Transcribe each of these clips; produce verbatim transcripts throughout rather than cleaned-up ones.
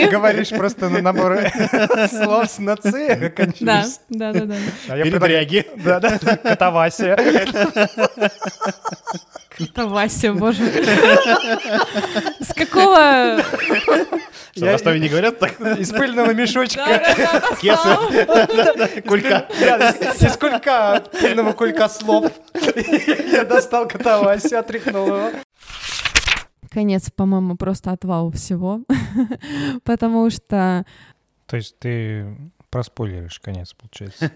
Говоришь просто на набор слов на «ц» окончаешься. Да, да, да. Передряги. Да-да, Катавасия. Катавасия, боже. С какого... Что, в Ростове не говорят так? Из пыльного мешочка. Кесы. Кулька. Из кулька, пыльного кулька слов. Я достал Катавасию, отряхнул его. Конец, по-моему, просто отвал всего, потому что... То есть ты проспойлеришь конец, получается?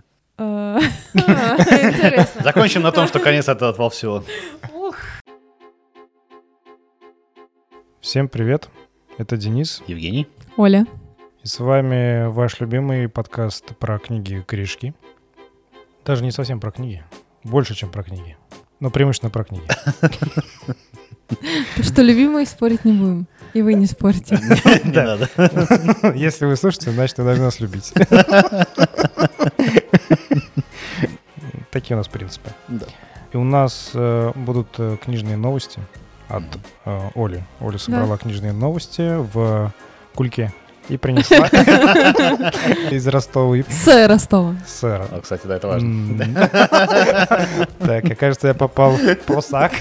Интересно. Закончим на том, что конец это отвал всего. Всем привет, это Денис. Евгений. Оля. И с вами ваш любимый подкаст про книги и корешки. Даже не совсем про книги, больше, чем про книги, но преимущественно про книги. Что любимые, спорить не будем. И вы не спорите. Не надо. Если вы слушаете, значит, вы должны нас любить. Такие у нас принципы. И у нас э, будут э, книжные новости от э, Оли. Оля собрала да. книжные новости в кульке и принесла из Ростова. С Ростова. С Ростова. Кстати, да, это важно. Так, кажется, я попал в просак.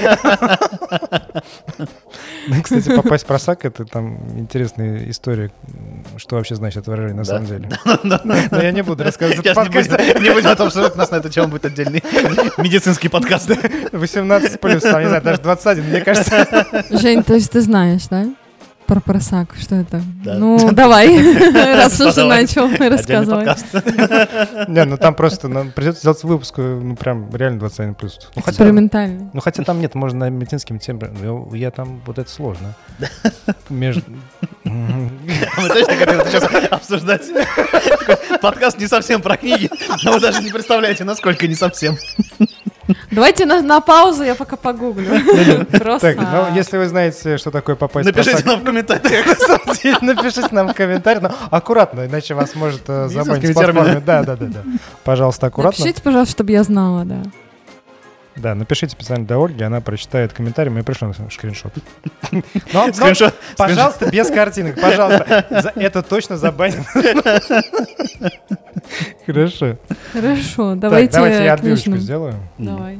Кстати, попасть в просак — это там интересная история, что вообще значит это выражение на самом деле. Но я не буду рассказывать в подкасте. Не будем о том, что у нас на эту тему будет отдельный медицинский подкаст. восемнадцать плюс, там, не знаю, даже двадцать один, мне кажется. Жень, то есть ты знаешь, да? Про просак, что это? Да. Ну, давай, раз уже начал рассказывать. Не, ну там просто придется сделать выпуск, ну прям реально двадцать один плюс. Экспериментальный. Ну хотя там нет, можно на медицинским темам, я там, вот это сложно. Между... Мы точно хотим это сейчас обсуждать. Подкаст не совсем про книги, но вы даже не представляете, насколько не совсем. Давайте на, на паузу, я пока погуглю. Просто. Так, ну, если вы знаете, что такое попасть напишите в просак... нам в комментариях. Напишите нам в комментариях, но аккуратно, иначе вас может забанить с платформы. Да, да, да, да. Пожалуйста, аккуратно. Напишите, пожалуйста, чтобы я знала, да. Да, напишите специально для Ольги, она прочитает комментарий, мы пришлем скриншот. Но, скриншот. Но, пожалуйста, без картинок, пожалуйста. За, это точно забанят. Хорошо. Хорошо, давайте. Так, давайте я отбивочку сделаю. Давай.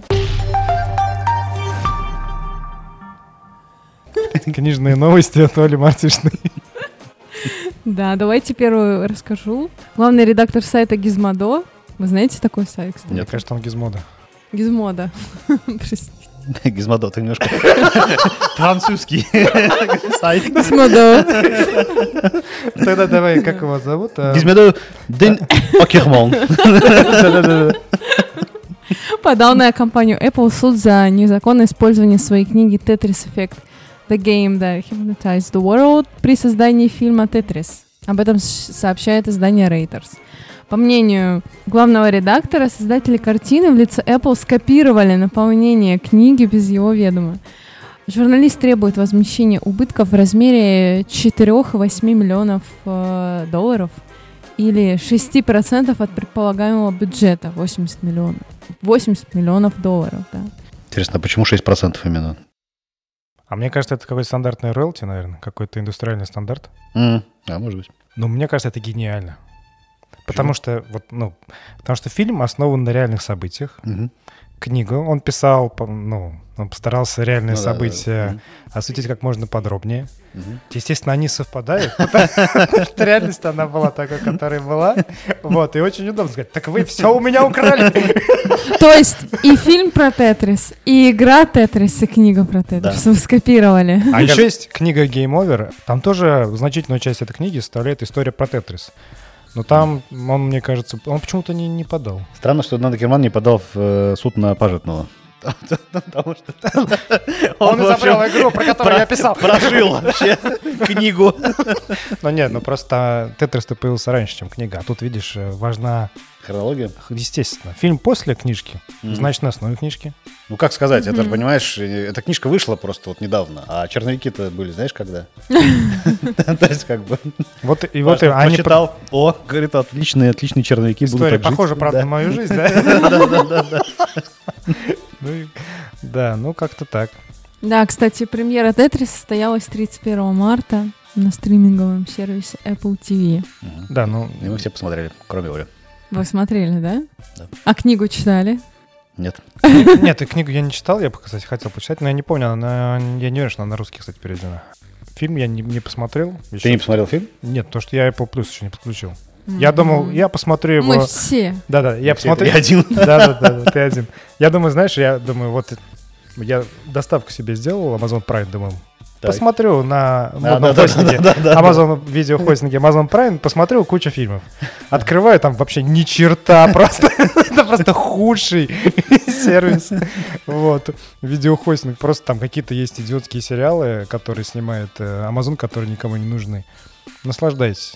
Книжные новости от Оли Мартишной. Да, давайте первую расскажу. Главный редактор сайта Gizmodo. Вы знаете такой сайт, кстати? Нет, конечно, он Gizmodo. Gizmodo. Простите. Gizmodo, ты немножко французский сайт. Gizmodo. Тогда давай, как его зовут? Gizmodo Дэн Окермон. Подал на компанию Apple в суд за незаконное использование своей книги Tetris Effect: The Game That Hypnotized the World при создании фильма Tetris. Об этом сообщает издание Reuters. По мнению главного редактора, создатели картины в лице Apple скопировали наполнение книги без его ведома. Журналист требует возмещения убытков в размере четыре-восемь миллионов э, долларов или шесть процентов от предполагаемого бюджета восемьдесят миллионов. восемьдесят миллионов долларов, да. Интересно, а почему шесть процентов именно? А мне кажется, это какой-то стандартный роялти, наверное, какой-то индустриальный стандарт. Mm, а, может быть. Но мне кажется, это гениально. Потому что, вот, ну, потому что фильм основан на реальных событиях. Угу. Книгу он писал, ну, он постарался реальные ну, события да, да. осветить как можно подробнее. Угу. Естественно, они совпадают. Реальность она была такой, которая была. Вот, и очень удобно сказать, так вы все у меня украли. То есть и фильм про Тетрис, и игра Тетрис, и книга про Тетрис вы скопировали. А еще есть книга Game Over. Там тоже значительную часть этой книги составляет история про Тетрис. Но там он, мне кажется, он почему-то не, не подал. Странно, что Дэн Окерман не подал в э, суд на Пажетного. Потому что он забрал игру, про которую я писал. Прожил вообще книгу. Ну нет, ну просто Тетрис-то появился раньше, чем книга. А тут, видишь, важна... Хронология? Естественно. Фильм после книжки, значит, на основе книжки. Ну, как сказать, это же, понимаешь, эта книжка вышла просто вот недавно, а черновики-то были, знаешь, когда? То есть, как бы... Вот и вот они... Почитал, о, говорит, отличные, отличные черновики будут так жить. История похожа, правда, на мою жизнь, да? Да-да-да. Да, ну как-то так. Да, кстати, премьера Тетрис состоялась тридцать первого марта. на стриминговом сервисе Apple ти ви. Угу. Да, ну... И мы все посмотрели, кроме Оли. Вы смотрели, да? Да. А книгу читали? Нет. Нет, и книгу я не читал, я, кстати, хотел почитать, но я не помню, она, я не уверен, что она на русский, кстати, переведена. Фильм я не, не посмотрел. Еще. Ты не посмотрел фильм? Нет, потому что я Apple Plus еще не подключил. Mm-hmm. Я думал, я посмотрю его... Мы все. Да-да, я посмотрю... Ты один. Да-да-да, ты один. Я думаю, знаешь, я думаю, вот я доставку себе сделал, Amazon Prime, думаю, так. посмотрю на модном хостинге, Amazon видеохостинге, Amazon Prime, посмотрю кучу фильмов. Открываю, там вообще ни черта, просто это просто худший сервис. Вот, видеохостинг, просто там какие-то есть идиотские сериалы, которые снимает Amazon, которые никому не нужны. Наслаждайтесь.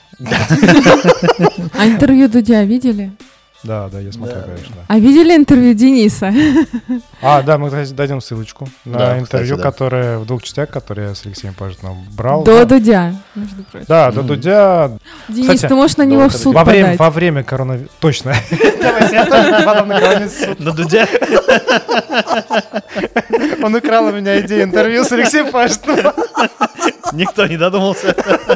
А интервью Дудя видели? Да, да, я смотрел, да. конечно. Да. А видели интервью Дениса? А, да, мы, кстати, дадим ссылочку на да, интервью, кстати, да. которое в двух частях, которое я с Алексеем Пажитовым брал. До да. Дудя, между прочим. Да, Mm-hmm. до Дудя. Денис, Кстати, ты можешь на него в суд во время, подать. во время коронавируса... Точно. Давайте, я тоже потом на коронавирус. На Дудя? Он украл у меня идею интервью с Алексеем Пажитовым. Никто не додумался.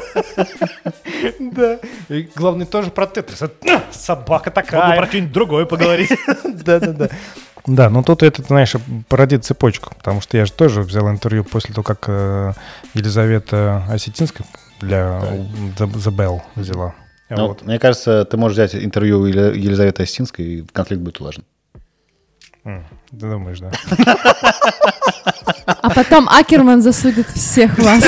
Да. И главное, тоже про Тетрис. Собака Могу такая. про что-нибудь другое поговорить. Да-да-да. Да, но тут это, знаешь, породит цепочку, потому что я же тоже взял интервью после того, как э, Елизавета Осетинская для The, The Bell взяла. Ну, Вот. мне кажется, ты можешь взять интервью у Еле- Елизаветы Осетинской, и конфликт будет улажен. М, Ты думаешь, да? А потом Акерман засудит всех вас.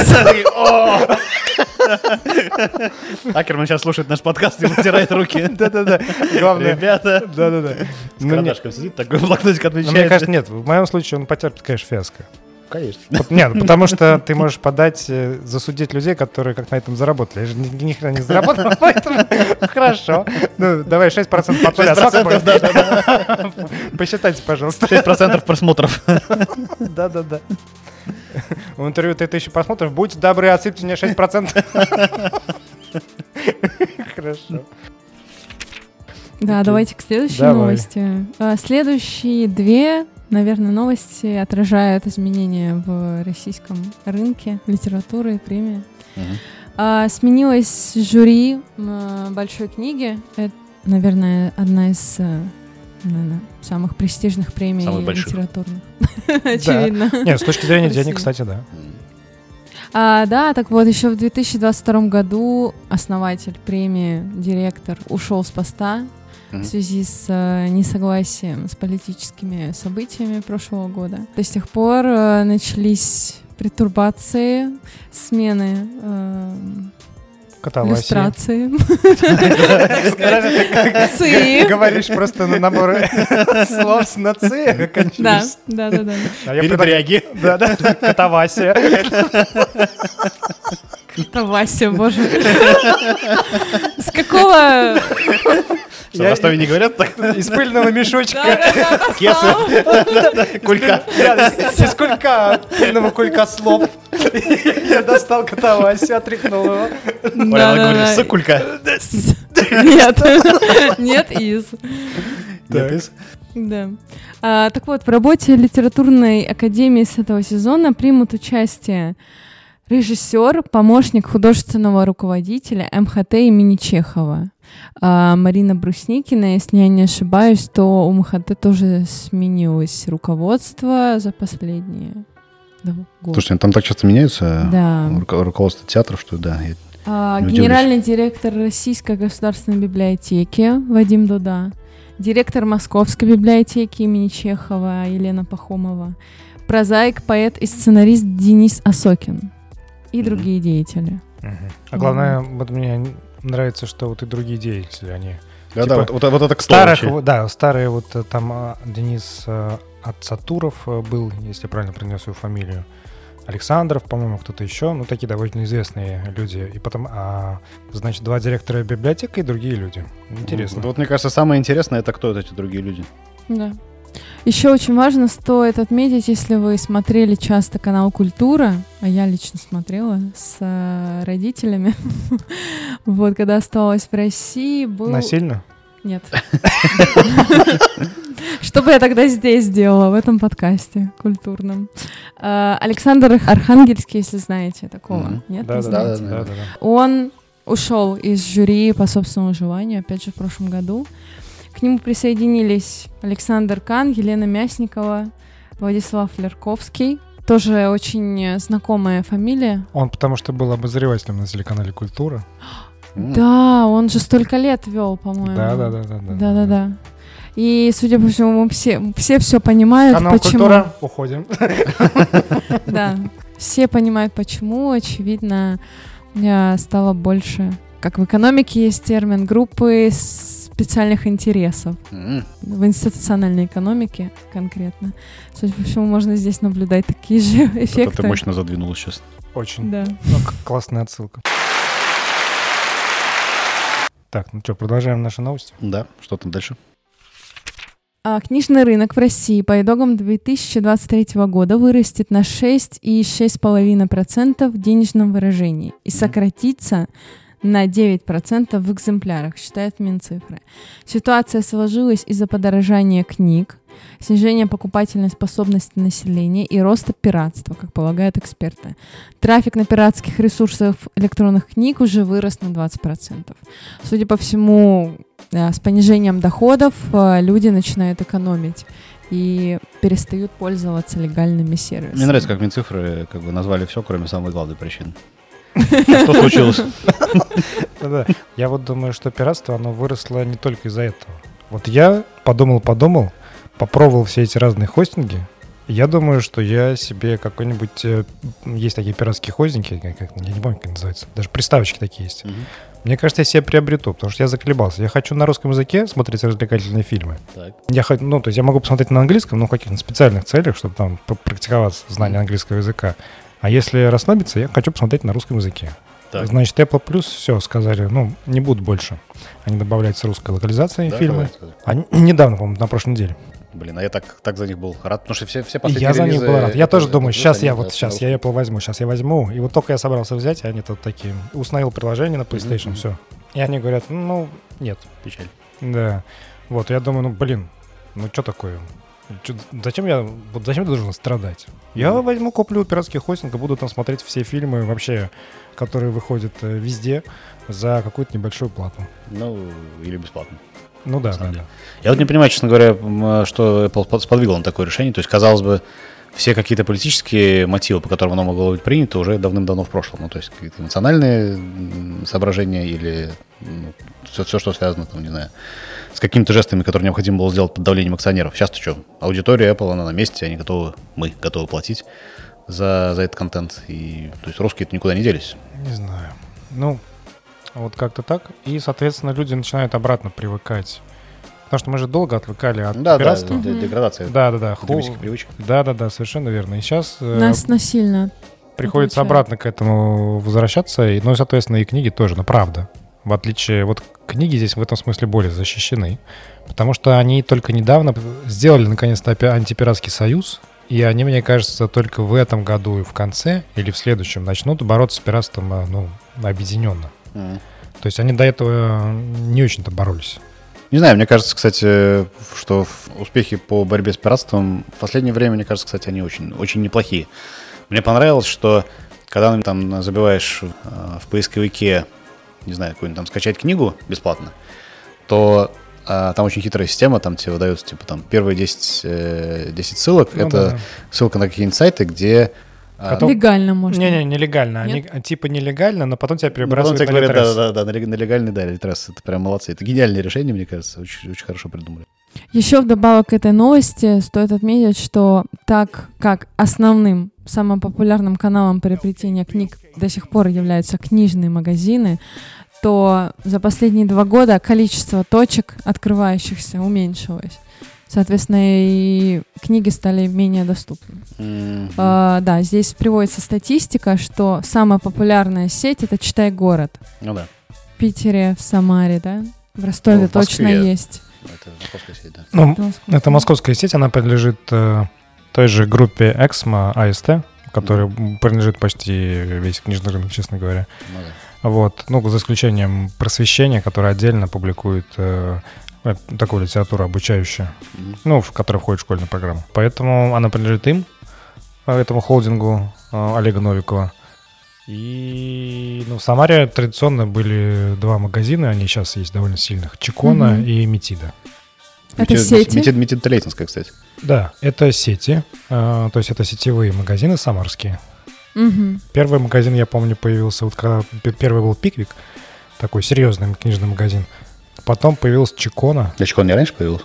Акерман сейчас слушает наш подкаст и вытирает руки. Да-да-да. Главное. Ребята. Да-да-да. С карандашком сидит, такой блокнотик отмечает. Мне кажется, нет. В моем случае он потерпит, конечно, фиаско. Конечно. Вот, нет, потому что ты можешь подать, э, засудить людей, которые как на этом заработали. Я же ни, ни хрена не заработал, поэтому хорошо. Ну, давай шесть процентов от нуля. Сколько будет? Да, да, да. Посчитайте, пожалуйста. шесть процентов просмотров. Да-да-да. У интервью три тысячи просмотров. Будьте добры, отсыпьте мне шесть процентов. Хорошо. Да, давайте к следующей Давай. новости. А, Следующие две, наверное, новости отражают изменения в российском рынке литературы и премии. Мгм. А, Сменилось жюри м, большой книги. Это, наверное, одна из э, наверное, самых престижных премий Самых больших. литературных. Очевидно. Нет, с точки зрения России. денег, кстати, да. А, да, так вот, еще в две тысячи двадцать втором году основатель премии, директор, ушел с поста Мгм. в связи с э, несогласием с политическими событиями прошлого года. То с тех пор э, начались пертурбации, смены, э, Катавасия. иллюстрации. Ты Ци. говоришь просто на набор слов на «ц» Да, оканчиваешься. да, да, да. А я Передряги. Да, да, катавасия. Это Вася, боже. С какого... Что, в Ростове не говорят так? Из пыльного мешочка. Да-да-да, Кесы. Кулька. Да, из из кулька, пыльного кулька слов. Я достал катавасию, отряхнул его. Оля, она говорит, Да-да-да. с кулька. Нет, нет, из. Нет, из. Да. А, так вот, в работе литературной академии с этого сезона примут участие режиссер, помощник художественного руководителя эм ха тэ имени Чехова. А, Марина Брусникина, если я не ошибаюсь, то у эм ха тэ тоже сменилось руководство за последние два года. Слушайте, там так часто меняются Да. руко- руководство театров, что да. я- А, Не Генеральный директор Российской государственной библиотеки Вадим Дуда, директор Московской библиотеки имени Чехова Елена Пахомова, прозаик, поэт и сценарист Денис Осокин и Мгм. другие деятели. А главное, вот мне нравится, что вот и другие деятели, они... Да, Типа да, вот, вот, вот это кто Старых, вообще? вот, да, старые вот э, там а, Денис э, Ацатуров э, был, если я правильно произнес свою фамилию. Александров, по-моему, кто-то еще, ну, такие довольно известные люди. И потом, а, значит, два директора библиотеки и другие люди. Интересно. Вот, вот, мне кажется, самое интересное, это кто вот эти другие люди. Да. Еще очень важно, стоит отметить, если вы смотрели часто канал «Культура», а я лично смотрела с э, родителями, вот, когда оставалась в России, был... Насильно? Нет. Что бы я тогда здесь сделала, в этом подкасте культурном? Александр Архангельский, если знаете такого. Нет, не знаете? Он ушел из жюри по собственному желанию, опять же, в прошлом году. К нему присоединились Александр Кан, Елена Мясникова, Владислав Лерковский. Тоже очень знакомая фамилия. Он потому что был обозревателем на телеканале «Культура». Да, он же столько лет вел, по-моему. Да-да-да. Да-да-да. И, судя по всему, все все, все понимают, Канал почему... «Культура», уходим. Да, все понимают, почему, очевидно, стало больше, как в экономике есть термин, группы специальных интересов. Mm. В институциональной экономике конкретно. Судя по всему, можно здесь наблюдать такие же эффекты. Это ты мощно задвинула сейчас. Очень. Да. Ну, классная отсылка. Так, ну что, продолжаем наши новости? Да, что там дальше? А, книжный рынок в России по итогам две тысячи двадцать третьего года вырастет на шесть целых шесть десятых процента в денежном выражении и сократится на девять процентов в экземплярах, считает Минцифры. Ситуация сложилась из-за подорожания книг, снижения покупательной способности населения и роста пиратства, как полагают эксперты. Трафик на пиратских ресурсах электронных книг уже вырос на двадцать процентов. Судя по всему, да, с понижением доходов люди начинают экономить и перестают пользоваться легальными сервисами. Мне нравится, как Минцифры как бы назвали все, кроме самой главной причины. Что случилось? Я вот думаю, что пиратство, оно выросло не только из-за этого. Вот я подумал-подумал, попробовал все эти разные хостинги. Я думаю, что я себе какой-нибудь... Есть такие пиратские хостинги, как, я не помню, как называется. Даже приставочки такие есть. Угу. Мне кажется, я себе приобрету, потому что я заколебался. Я хочу на русском языке смотреть развлекательные фильмы. Так. Я, ну, то есть я могу посмотреть на английском, но в каких-то специальных целях, чтобы там практиковаться в знании английского языка. А если расслабиться, я хочу посмотреть на русском языке. Так. Значит, Apple Plus все сказали, ну, не будут больше. Они добавляют с русской локализацией да, фильмы. Они недавно, по-моему, на прошлой неделе. Блин, а я так, так за них был рад, потому что все, все последние Я за них был рад. Я это, тоже думаю, это, сейчас это, я это, вот, сейчас я Apple возьму, сейчас я возьму. И вот только я собрался взять, и они тут такие, установил приложение на PlayStation, mm-hmm. все. И они говорят, ну, нет. Печаль. Да. Вот, я думаю, ну, блин, ну, что такое? Чё, зачем я, вот зачем я должен страдать? Я mm-hmm. возьму, куплю пиратский хостинг и буду там смотреть все фильмы вообще, которые выходят э, везде за какую-то небольшую плату. Ну, или бесплатно. Ну да, да, да. Я вот не понимаю, честно говоря, что Apple сподвигло на такое решение. То есть, казалось бы, все какие-то политические мотивы, по которым оно могло быть принято, уже давным-давно в прошлом. Ну, то есть, какие-то эмоциональные соображения или ну, все, все, что связано, там, не знаю, с какими-то жестами, которые необходимо было сделать под давлением акционеров. Сейчас-то что? Аудитория Apple, она на месте, они готовы, мы готовы платить за, за этот контент. И, то есть, русские-то никуда не делись. Не знаю. Ну... Вот как-то так. И, соответственно, люди начинают обратно привыкать. Потому что мы же долго отвыкали от да, пиратства. Да, да, деградация. Да, да, да. Потребительских привычек. Да, да, да, совершенно верно. И сейчас нас э, насильно приходится отвечает. Обратно к этому возвращаться. И, ну и, соответственно, и книги тоже. Но правда. В отличие... Вот книги здесь в этом смысле более защищены. Потому что они только недавно сделали, наконец-то, антипиратский союз. И они, мне кажется, только в этом году и в конце, или в следующем, начнут бороться с пиратством, ну, объединенно. Mm. То есть они до этого не очень-то боролись. Не знаю, мне кажется, кстати, что успехи по борьбе с пиратством в последнее время, мне кажется, кстати, они очень, очень неплохие. Мне понравилось, что когда там забиваешь в поисковике, не знаю, какую-нибудь там скачать книгу бесплатно, то а, там очень хитрая система, там тебе выдаются типа там первые десять, десять ссылок, ну, это да. ссылка на какие-нибудь сайты, где Потом... Легально можно. Не-не, нелегально. Они типа нелегально, но потом тебя перебрасывают потом на Литрес. Да, да, да, на легальный, да, Литрес. Это прям молодцы. Это гениальное решение, мне кажется. Очень, очень хорошо придумали. Еще вдобавок к этой новости стоит отметить, что так как основным, самым популярным каналом приобретения книг до сих пор являются книжные магазины, то за последние два года количество точек, открывающихся, уменьшилось. Соответственно, и книги стали менее доступны. Mm-hmm. А, да, здесь приводится статистика, что самая популярная сеть — это «Читай город». Ну да. В Питере, в Самаре, да? В Ростове ну, в точно есть. Это московская сеть, да. Ну, это, московская. это московская сеть, она принадлежит э, той же группе Эксмо эй эс ти, которой mm-hmm. принадлежит почти весь книжный рынок, честно говоря. Ну да. Вот, ну, за исключением Просвещения, которое отдельно публикует... Э, такую литературу обучающую, mm-hmm. ну, в которой входит школьная программа. Поэтому она принадлежит им, этому холдингу Олега Новикова. И ну, в Самаре традиционно были два магазина, они сейчас есть довольно сильных, Чикона mm-hmm. и Метида. Это Метид, сети? Метид, Метид это Лейтинская, кстати. Да, это сети, э, то есть это сетевые магазины самарские. Mm-hmm. Первый магазин, я помню, появился, вот когда первый был Пиквик, такой серьезный книжный магазин. Потом появился Чикона. А Чикона не раньше появился?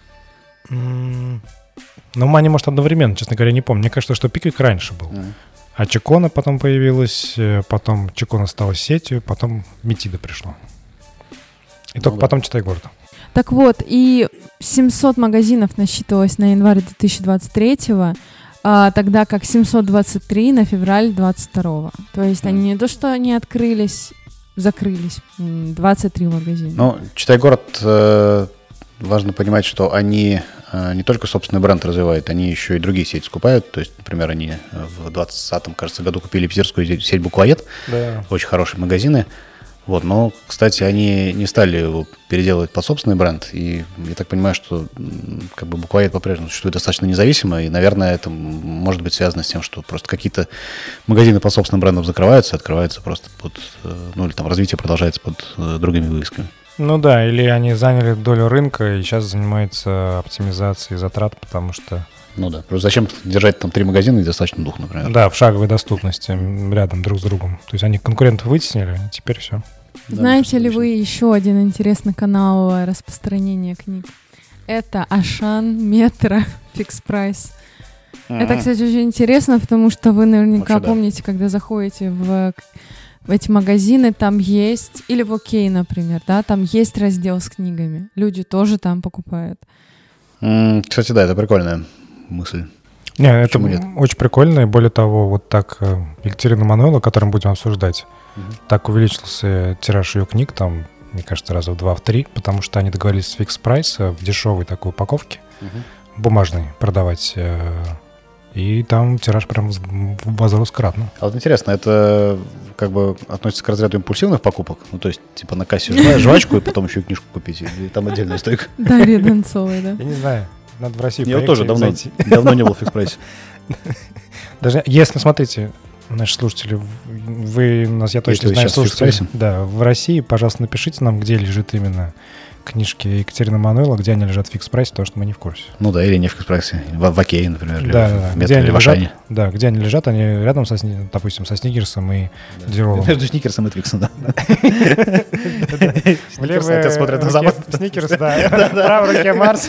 Mm-hmm. Ну, они, может, одновременно, честно говоря, не помню. Мне кажется, что Пиквик раньше был. Mm-hmm. А Чикона потом появилась, потом Чикона стала сетью, потом Метида пришло. И ну, только да. потом Читай город. Так вот, и семьсот магазинов насчитывалось на январь две тысячи двадцать третьего, а, тогда как семьсот двадцать три на февраль двадцать второго. То есть mm. они не то, что они открылись, закрылись. двадцать три магазина. Ну, Читай город, э, важно понимать, что они э, не только собственный бренд развивают, они еще и другие сети скупают. То есть, например, они в двадцатом, кажется, году купили питерскую сеть «Буквоед». Да. Очень хорошие магазины. Вот, но, кстати, они не стали его переделывать под собственный бренд, и я так понимаю, что как бы Буквоед по-прежнему существует достаточно независимо, и, наверное, это может быть связано с тем, что просто какие-то магазины под собственным брендом закрываются, открываются просто под, ну или там развитие продолжается под другими вывесками. Ну да, или они заняли долю рынка и сейчас занимаются оптимизацией затрат, потому что... Ну да, просто зачем держать там три магазина и достаточно двух, например. Да, в шаговой доступности рядом друг с другом. То есть они конкурентов вытеснили, а теперь все. Знаете да, ли вы еще один интересный канал распространения книг? Это Ашан, Метро, Фикс Прайс. Mm-hmm. Это, кстати, очень интересно, потому что вы наверняка Вообще, помните, да. когда заходите в, в эти магазины, там есть, или в Окей, например, да, там есть раздел с книгами. Люди тоже там покупают. Mm, кстати, да, это прикольная мысль. Не, это нет? Очень прикольно, и более того, вот так Екатерина Мануэлова, которую мы будем обсуждать, угу. так увеличился тираж ее книг, там, мне кажется, раза в два, в три, потому что они договорились с Fix Price в дешевой такой упаковке, угу. бумажной, продавать, и там тираж прям возрос кратно. А вот интересно, это как бы относится к разряду импульсивных покупок? Ну, то есть, типа, на кассе жвачку, и потом еще и книжку купить, и там отдельная стойка? Дарья Донцовая, да? Я не знаю. Надо в Россию поехать. Я тоже давно, давно не был в фикс-прайсе. Даже если, смотрите, наши слушатели, вы нас, я точно знаю, слушатели, да, в России, пожалуйста, напишите нам, где лежит именно книжки Екатерины Мануэловой, где они лежат в фикс-прайсе, потому что мы не в курсе. Ну да, или не в фикс-прайсе, в, в Окее, например, или да, в да, Метро, или в Ашане. Да, где они лежат, они рядом, со, допустим, со Сникерсом и да. Диролом. Между Сникерсом и Твиксом, да. Сникерс, отец смотрит на запад. Сникерс, да. В правой руке Марс.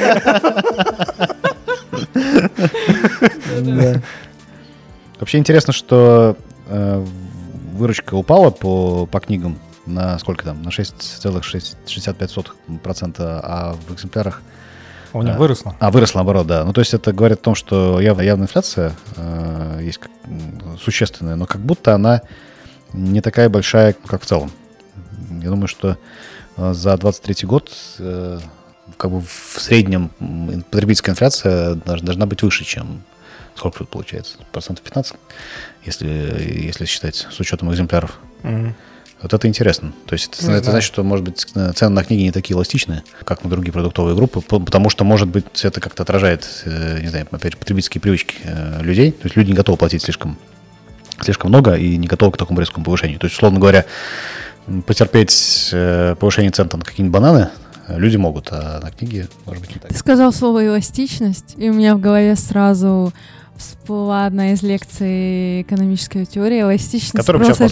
Вообще интересно, что выручка упала по книгам на сколько там? На шесть целых шестьдесят пять сотых процента, а в экземплярах... У них выросла. А, выросла, наоборот, да. Ну, то есть это говорит о том, что явно, явная инфляция э, есть как, существенная, но как будто она не такая большая, как в целом. Я думаю, что э, за двадцать третий год э, как бы в среднем потребительская инфляция должна, должна быть выше, чем... Сколько тут получается? Процентов пятнадцать, если, если считать с учетом экземпляров. Mm-hmm. Вот это интересно. То есть это, это значит, что, может быть, цены на книги не такие эластичные, как на другие продуктовые группы, потому что, может быть, это как-то отражает, не знаю, опять потребительские привычки людей. То есть люди не готовы платить слишком, слишком много и не готовы к такому резкому повышению. То есть, условно говоря, потерпеть повышение цен на какие-нибудь бананы люди могут, а на книги, может быть, не так. Ты сказал слово «эластичность», и у меня в голове сразу... всплыла одна из лекций экономической теории «Эластичность спроса и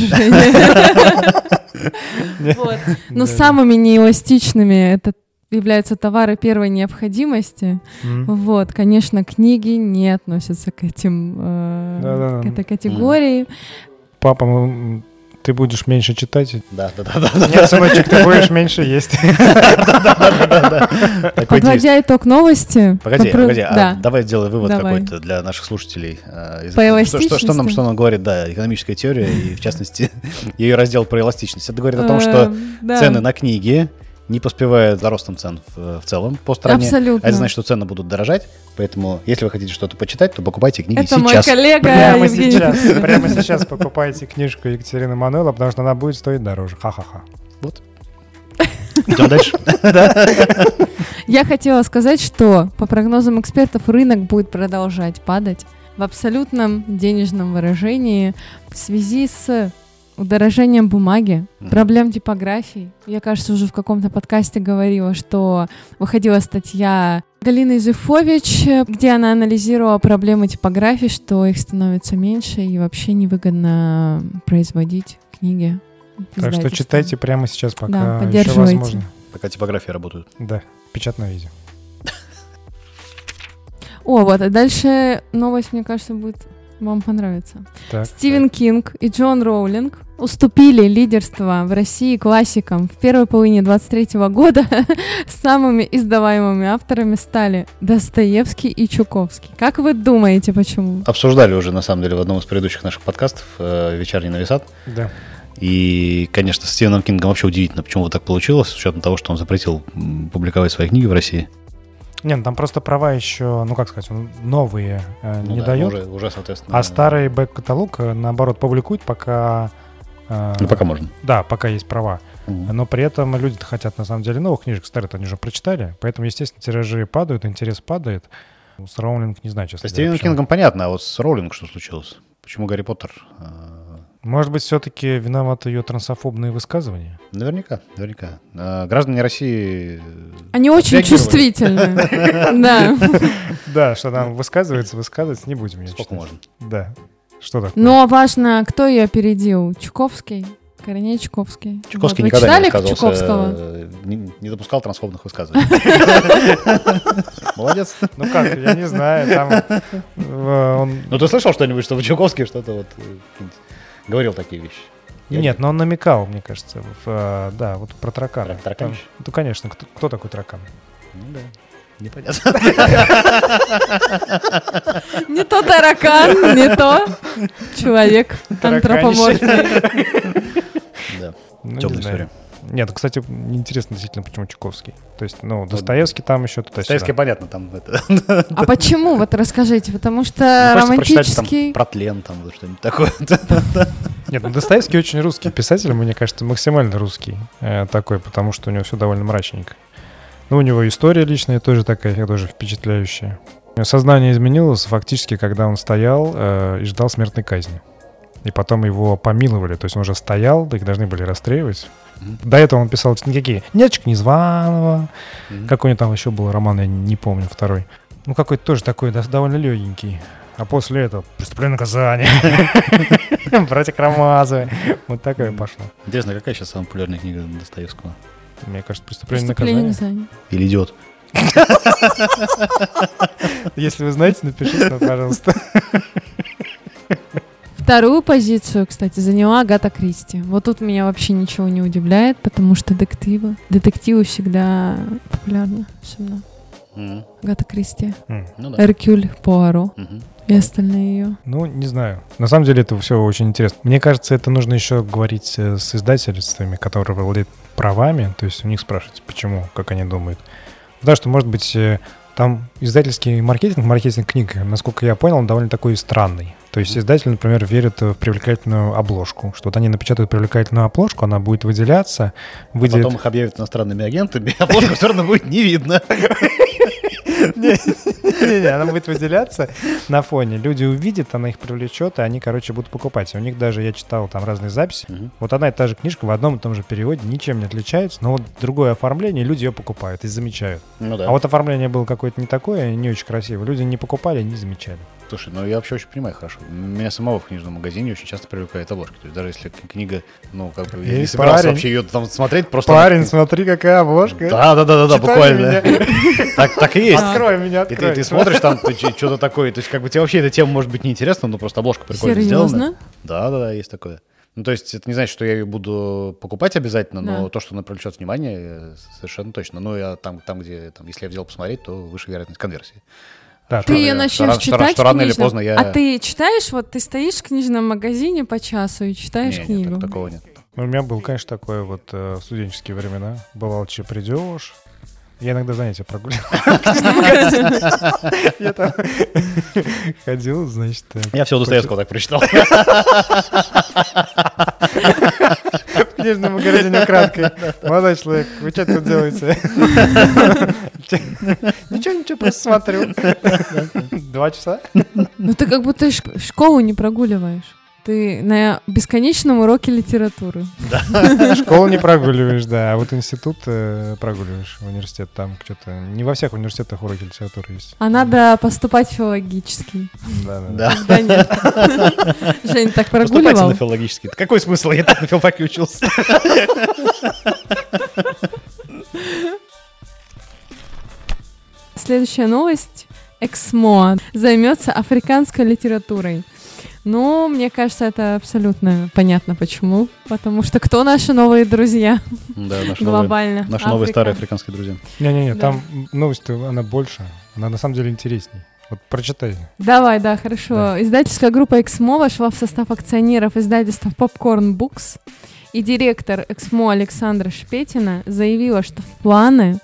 предложения». Но самыми неэластичными это являются товары первой необходимости. Вот, конечно, книги не относятся к этим к этой категории. Папа, ты будешь меньше читать. Да, да, да, да. Нет, сыночек, ты будешь меньше есть. Подводя итог новости. Погоди, погоди, давай сделай вывод какой-то для наших слушателей. По эластичности? Что нам, что нам говорит, да, экономическая теория, и в частности, ее раздел про эластичность. Это говорит о том, что цены на книги не поспевают за ростом цен в, в целом по стране. Абсолютно. А это значит, что цены будут дорожать. Поэтому, если вы хотите что-то почитать, то покупайте книги это сейчас. Это мой коллега прямо сейчас, прямо сейчас покупайте книжку Екатерины Мануэловой, потому что она будет стоить дороже. Ха-ха-ха. Вот. Идем дальше. Я хотела сказать, что по прогнозам экспертов рынок будет продолжать падать в абсолютном денежном выражении в связи с удорожением бумаги, mm-hmm. проблем типографии. Я, кажется, уже в каком-то подкасте говорила, что выходила статья Галины Зюфович, где она анализировала проблемы типографии, что их становится меньше и вообще невыгодно производить книги. Так что читайте прямо сейчас, пока да, еще возможно. Пока типографии работают. Да, в печатном виде. О, вот, а дальше новость, мне кажется, будет вам понравится. Так, Стивен так. Кинг и Джон Роулинг уступили лидерство в России классикам. В первой половине двадцать третьего года самыми издаваемыми авторами стали Достоевский и Чуковский. Как вы думаете, почему? Обсуждали уже, на самом деле, в одном из предыдущих наших подкастов «Вечерний нависат». Да. И, конечно, с Стивеном Кингом вообще удивительно, почему вот так получилось, с учетом того, что он запретил публиковать свои книги в России. Не, ну там просто права еще, ну как сказать, он новые э, ну не да, дает, уже, уже, соответственно, а старый бэк-каталог, наоборот, публикует, пока... Э, ну, пока можно. Да, пока есть права. Mm-hmm. Но при этом люди-то хотят, на самом деле, новых книжек, старые-то они уже прочитали, поэтому, естественно, тиражи падают, интерес падает. С Роулинг не знаю, честно говоря. С Стивеном Кингом понятно, а вот с Роулинг что случилось? Почему Гарри Поттер... Может быть, все-таки виноваты ее трансофобные высказывания? Наверняка, наверняка. А, граждане России... Они очень чувствительны. Да. Да, что там высказывается, высказывается, не будем ее читать. Сколько можно. Да. Что такое? Но важно, кто ее опередил? Чуковский? Корней Чуковский. Чуковский вот. никогда не высказывался, Чуковского? Не, не допускал трансфобных высказываний. Молодец. Ну как, я не знаю, там... Ну ты слышал что-нибудь, чтобы Чуковский что-то вот... говорил такие вещи? Я Нет, но он намекал, мне кажется, в, да, вот про таракана. Таракан? Ну, конечно, кто, кто такой таракан? Ну да, непонятно. Не то таракан, не то человек антропоморфный. Да, темная история. Нет, кстати, интересно действительно, почему Чуковский. То есть, ну, Достоевский там еще туда-сюда. Достоевский, понятно, там это... А почему? Вот расскажите, потому что романтический... Про тлен, там, что-нибудь такое. Нет, ну, Достоевский очень русский писатель, мне кажется, максимально русский такой, потому что у него все довольно мрачненько. Ну, у него история личная тоже такая, тоже впечатляющая. Сознание изменилось фактически, когда он стоял и ждал смертной казни. И потом его помиловали, то есть он уже стоял, их должны были расстреливать. Mm-hmm. До этого он писал никакие «Неточек Незваного», mm-hmm. какой у него там еще был роман, я не помню, второй. Ну, какой-то тоже такой да, довольно легенький. А после этого «Преступление наказания», «Братья Карамазовы». Вот такое пошло. Интересно, какая сейчас самая популярная книга Достоевского? Мне кажется, «Преступление наказания». Или «Идиот». Если вы знаете, напишите нам, пожалуйста. Вторую позицию, кстати, заняла Агата Кристи. Вот тут меня вообще ничего не удивляет, потому что детективы, детективы всегда популярны. Особенно mm. Агата Кристи, mm. ну, да. Эркюль Пуаро mm-hmm. и остальные ее. Ну, не знаю. На самом деле это все очень интересно. Мне кажется, это нужно еще говорить с издательствами, которые владеют правами, то есть у них спрашивать, почему, как они думают. Потому что, может быть, там издательский маркетинг, маркетинг книг, насколько я понял, он довольно такой странный. То есть издатель, например, верит в привлекательную обложку, что вот они напечатают привлекательную обложку, она будет выделяться. Выделит... А потом их объявят иностранными агентами, обложка все равно будет не видно. Не-не, она будет выделяться на фоне. Люди увидят, она их привлечет, и они, короче, будут покупать. У них даже, я читал там разные записи, вот одна и та же книжка в одном и том же переводе ничем не отличается, но вот другое оформление, люди ее покупают и замечают. А вот оформление было какое-то не такое, не очень красивое. Люди не покупали, не замечали. Слушай, ну я вообще очень понимаю хорошо. Меня самого в книжном магазине очень часто привлекает обложки. То есть даже если книга, ну, как бы, я не собирался вообще ее там смотреть, просто... Парень, она... смотри, какая обложка. Да-да-да, буквально. Так, так и есть. Открой меня, открой. И ты, ты смотришь там, ты что-то такое, то есть как бы тебе вообще эта тема может быть неинтересна, но просто обложка прикольно Серьезно? сделана. Да-да-да, есть такое. Ну, то есть это не значит, что я ее буду покупать обязательно, но да. то, что она привлечет внимание, совершенно точно. Ну, я там, там где, там, если я взял посмотреть, то выше вероятность конверсии. Да, ты ее начнешь что, читать что, что рано или поздно я... А ты читаешь, вот ты стоишь в книжном магазине по часу и читаешь не, книгу? Нет, так, такого нет. Ну, у меня был, конечно, такое вот э, в студенческие времена. Бывало, что придешь. Я иногда занятия прогуливал в книжном магазине. Я там ходил, значит... Я всего Достоевского так прочитал. В книжном магазине украдкой. Молодой человек, вы что тут делаете? Ничего, ничего, просто смотрю. Два часа? Ну ты как будто школу не прогуливаешь. Ты на бесконечном уроке литературы. Да. Школу не прогуливаешь, да, а вот институт э, прогуливаешь, университет там что-то. Не во всех университетах уроки литературы есть. А надо поступать в филологический. Да, да. Да нет. Жень, так прогуливал? Поступайте на филологический. Какой смысл? Я так на филфаке учился. Следующая новость. Эксмо займется африканской литературой. Ну, мне кажется, это абсолютно понятно почему. Потому что кто наши новые друзья? Да, наши глобально. Новые, наши новые старые африканские друзья. Не-не-не, Да. там новость, она больше. Она на самом деле интересней. Вот прочитай. Давай, да, хорошо. Да. Издательская группа «Эксмо» вошла в состав акционеров издательства Popcorn Books. И директор «Эксмо» Александра Шпетина заявила, что в планы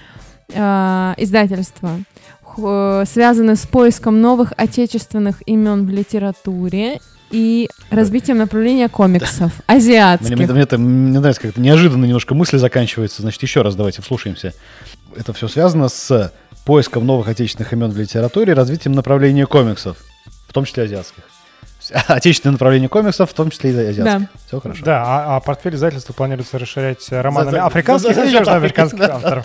э, издательства х- связаны с поиском новых отечественных имен в литературе и развитием направления комиксов, азиатских. Мне, мне, это, мне нравится, как-то неожиданно немножко мысли заканчиваются. Значит, еще раз давайте вслушаемся. Это все связано с поиском новых отечественных имен в литературе и развитием направления комиксов, в том числе азиатских. Отечественное направление комиксов, в том числе и азиатских. Да. Все хорошо. Да, а, а портфель издательства планируется расширять романами За- за- африканских за- и за- южноамериканских да, авторов.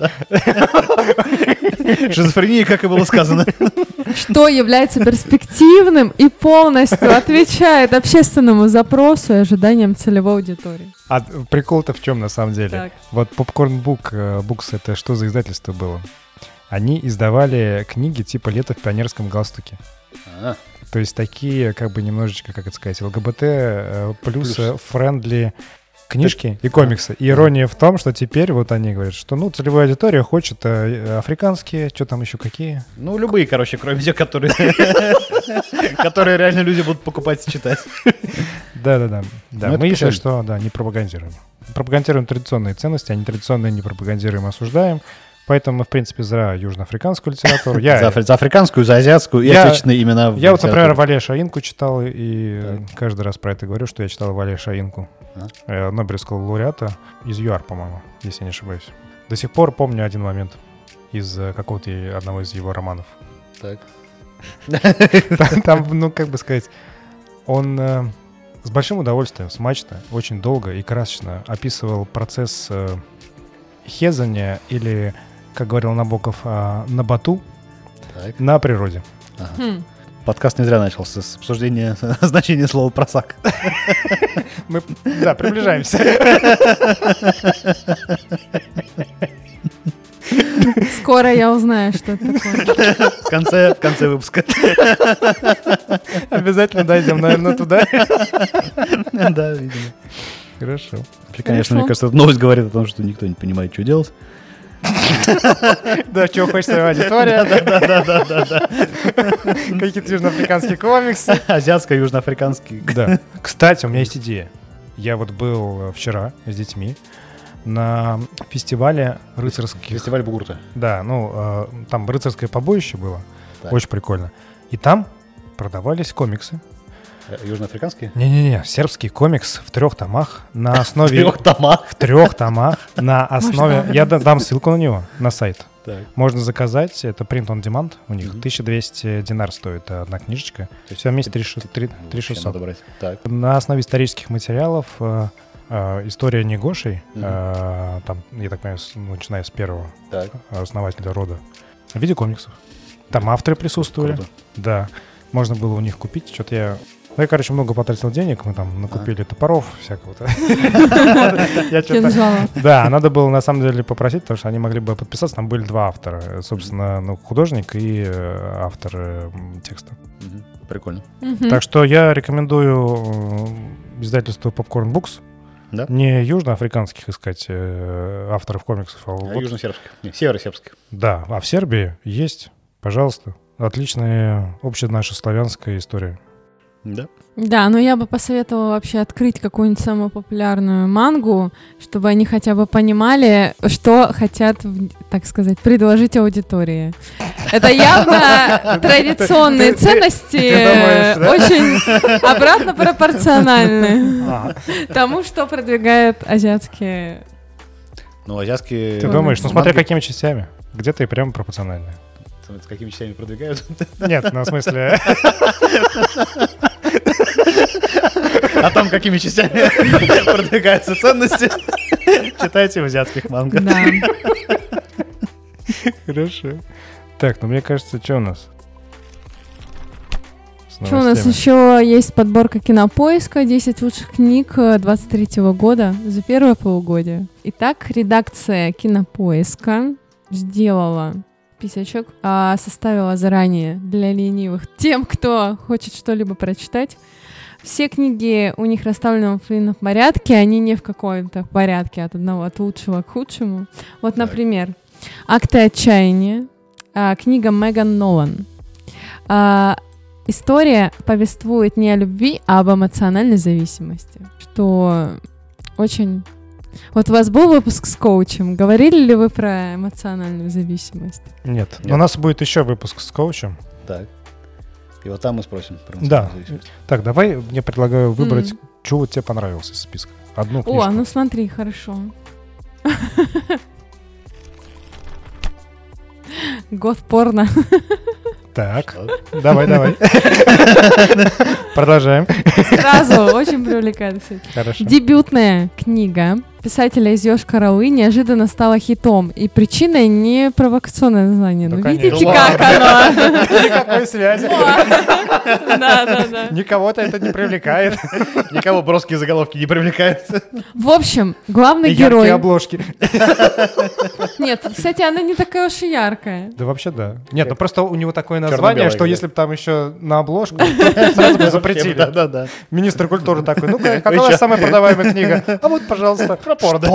Шизофрения, как и было сказано. Что является перспективным и полностью отвечает общественному запросу и ожиданиям целевой аудитории. А прикол-то в чем на самом деле? Так. Вот Popcorn Book, э, Books, это что за издательство было? Они издавали книги типа «Лето в пионерском галстуке». А, То есть такие, как бы немножечко, как это сказать, ЛГБТ э, плюс Плюс. френдли книжки и комиксы. И ирония в том, что теперь вот они говорят, что ну целевая аудитория хочет э, африканские, что там еще какие. ну, любые, короче, кроме тех, которые которые реально люди будут покупать и читать. Да-да-да. Да, Ну, это мы, если печально. что, да, не пропагандируем. Пропагандируем традиционные ценности, а нетрадиционные не пропагандируем, осуждаем. Поэтому мы, в принципе, за южноафриканскую литературу. Я, За, афри- за африканскую, за азиатскую и Я- отечественные имена. в я вот, например, литературе. Вале Шаинку читал, и каждый раз про это говорю, что я читал Вале Шаинку, А. э, Нобелевского лауреата из ЮАР, по-моему, если я не ошибаюсь. До сих пор помню один момент из э, какого-то и- одного из его романов. Так. Там, там, ну, как бы сказать, он э, с большим удовольствием, смачно, очень долго и красочно описывал процесс э, хезания или, как говорил Набоков, э, на боту Так. на природе. Ага. Хм. Подкаст не зря начался с обсуждения значения слова «просак». Мы, да, приближаемся. Скоро я узнаю, что это такое. В конце, в конце выпуска. Обязательно дойдем, наверное, туда. Да, видимо. Хорошо. Вообще, конечно, мне кажется, эта новость говорит о том, что никто не понимает, что делать. Да, чего хочет своя аудитория. Да-да-да. Какие-то южноафриканские комиксы. Азиатско южноафриканский. Да. Кстати, у меня есть идея. Я вот был вчера с детьми на фестивале рыцарских... Фестиваль Бугурта. Да, ну, э, там рыцарское побоище было. Так. Очень прикольно. И там продавались комиксы. Э, Южноафриканский? Не-не-не, сербский комикс в трех томах на основе... В трех томах. В трех томах на основе... Масштабно. Я да- дам ссылку на него, на сайт. Так. Можно заказать, это print on demand у них, Мгм. тысяча двести динар стоит одна книжечка. Все вместе три тысячи Вообще шестьсот. надо брать. Так. На основе исторических материалов э, э, история Негошей, Мгм. э, там, я так понимаю, с- ну, начиная с первого Так. основателя рода, в виде комиксов. Там авторы присутствовали. Круто. Да, можно было у них купить. Что-то я... Ну, я, короче, много потратил денег, мы там накупили топоров всякого-то. Я чё-то- Кинжала. Да, надо было на самом деле попросить, потому что они могли бы подписаться. Там были два автора. э, Собственно, ну, художник и э, автор э, м, текста. Мгм. Прикольно. Мгм. Так что я рекомендую э, издательству Popcorn Books Да? не южноафриканских искать э, авторов комиксов, а А вот- Южно-сербских. Не, северо-сербских. да, а в Сербии есть, пожалуйста, отличная общая наша славянская история. Да. Да, но я бы посоветовала вообще открыть какую-нибудь самую популярную мангу, чтобы они хотя бы понимали, что хотят, так сказать, предложить аудитории. Это явно традиционные ценности, очень обратно пропорциональны тому, что продвигают азиатские. Ну, азиатские... Ты думаешь, ну смотря какими частями. Где-то и прямо пропорционально. С какими частями продвигают? Нет, ну в смысле... О том, какими частями продвигаются ценности, читайте в азиатских манго. Да. Хорошо. Так, ну мне кажется, что у нас? Что у нас еще есть подборка Кинопоиска, десять лучших книг двадцать третьего года за первое полугодие. Итак, редакция Кинопоиска сделала списочек, а составила заранее для ленивых тем, кто хочет что-либо прочитать. Все книги у них расставлены в порядке, они не в каком-то порядке от одного, от лучшего к худшему. Вот, так. Например, «Акты отчаяния», а, книга Меган Нолан. А, история повествует не о любви, а об эмоциональной зависимости, что очень... Вот у вас был выпуск с коучем, говорили ли вы про эмоциональную зависимость? Нет, Нет. Но у нас будет еще выпуск с коучем. Так. И вот там мы спросим про да. Так, давай, я предлагаю выбрать, mm. что вот тебе понравилось из списка. Одну книжку. О, ну смотри, хорошо. Год порно. Так, давай, давай. Продолжаем. Сразу очень привлекает. Хорошо. Дебютная книга писателя из Йошкар-Олы неожиданно стала хитом. И причиной не провокационное название. Ну, видите, как оно? Никакой связи. Да, да, да. Никого-то это не привлекает. Никого броские заголовки не привлекают. В общем, главный и герой... яркие обложки. Нет, кстати, она не такая уж и яркая. Да вообще да. Нет, ну просто у него такое название, что если бы там еще на обложку, сразу бы запретили. Да, да, да. Министр культуры такой, ну какая у вас самая продаваемая книга? А вот, пожалуйста, про порно.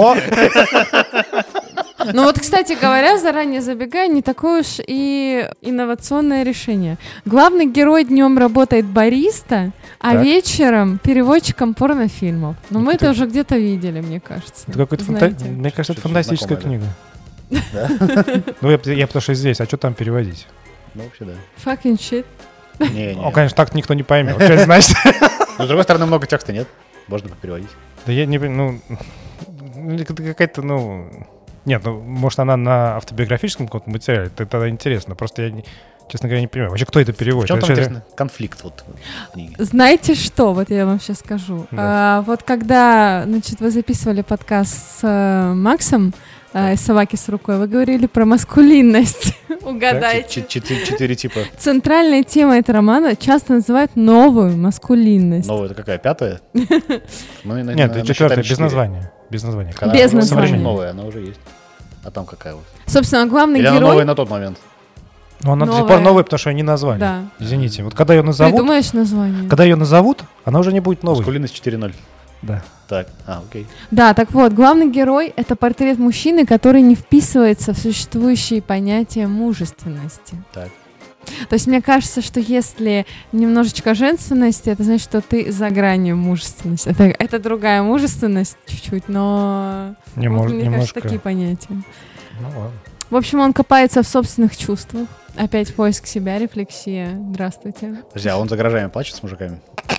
Ну вот, кстати говоря, заранее забегая, не такое уж и инновационное решение. Главный герой днем работает бариста, а так. вечером переводчиком порнофильмов. Но ну, мы это уже где-то видели, мне кажется. Это какой-то фанта... Мне кажется, это фантастическая книга. Да? Ну, я, я потому что здесь, а что там переводить? Ну, вообще, да. Fucking shit. Не, не. Ну, конечно, так никто не поймет. Что это значит? Но, с другой стороны, много текста нет. Можно переводить. Да я не... Ну, это какая-то, ну... Нет, ну, может, она на автобиографическом каком-то материале, это тогда интересно. Просто я, честно говоря, не понимаю. Вообще, кто это переводит? В чем там, интересно, конфликт вот в книге? Знаете что? Вот я вам сейчас скажу. Да. А, вот когда, значит, вы записывали подкаст с э, Максом, э, «Собаки с рукой», вы говорили про маскулинность. Угадайте. Четыре типа. Центральная тема этого романа часто называют новую маскулинность. Новую — это какая? Пятая? Нет, это четвертая, без названия. Без названия. Когда без названия. Новая, она уже есть. А там какая вот? Собственно, главный Или герой... она новая на тот момент? Ну, она новая. До сих пор новая, потому что ее не назвали. Да. Извините. Вот когда ее назовут... Придумаешь название. Когда ее назовут, она уже не будет новой. Маскулинность четыре ноль. Да. Так, а, окей. Да, так вот, главный герой — это портрет мужчины, который не вписывается в существующие понятия мужественности. Так. То есть мне кажется, что если немножечко женственности, это значит, что ты за гранью мужественности. Это, это другая мужественность чуть-чуть, но не вот, мож, мне немножко. кажется, такие понятия. Ну ладно. В общем, он копается в собственных чувствах. Опять поиск себя, рефлексия. Здравствуйте. Подожди, а он за гаражами плачет с мужиками?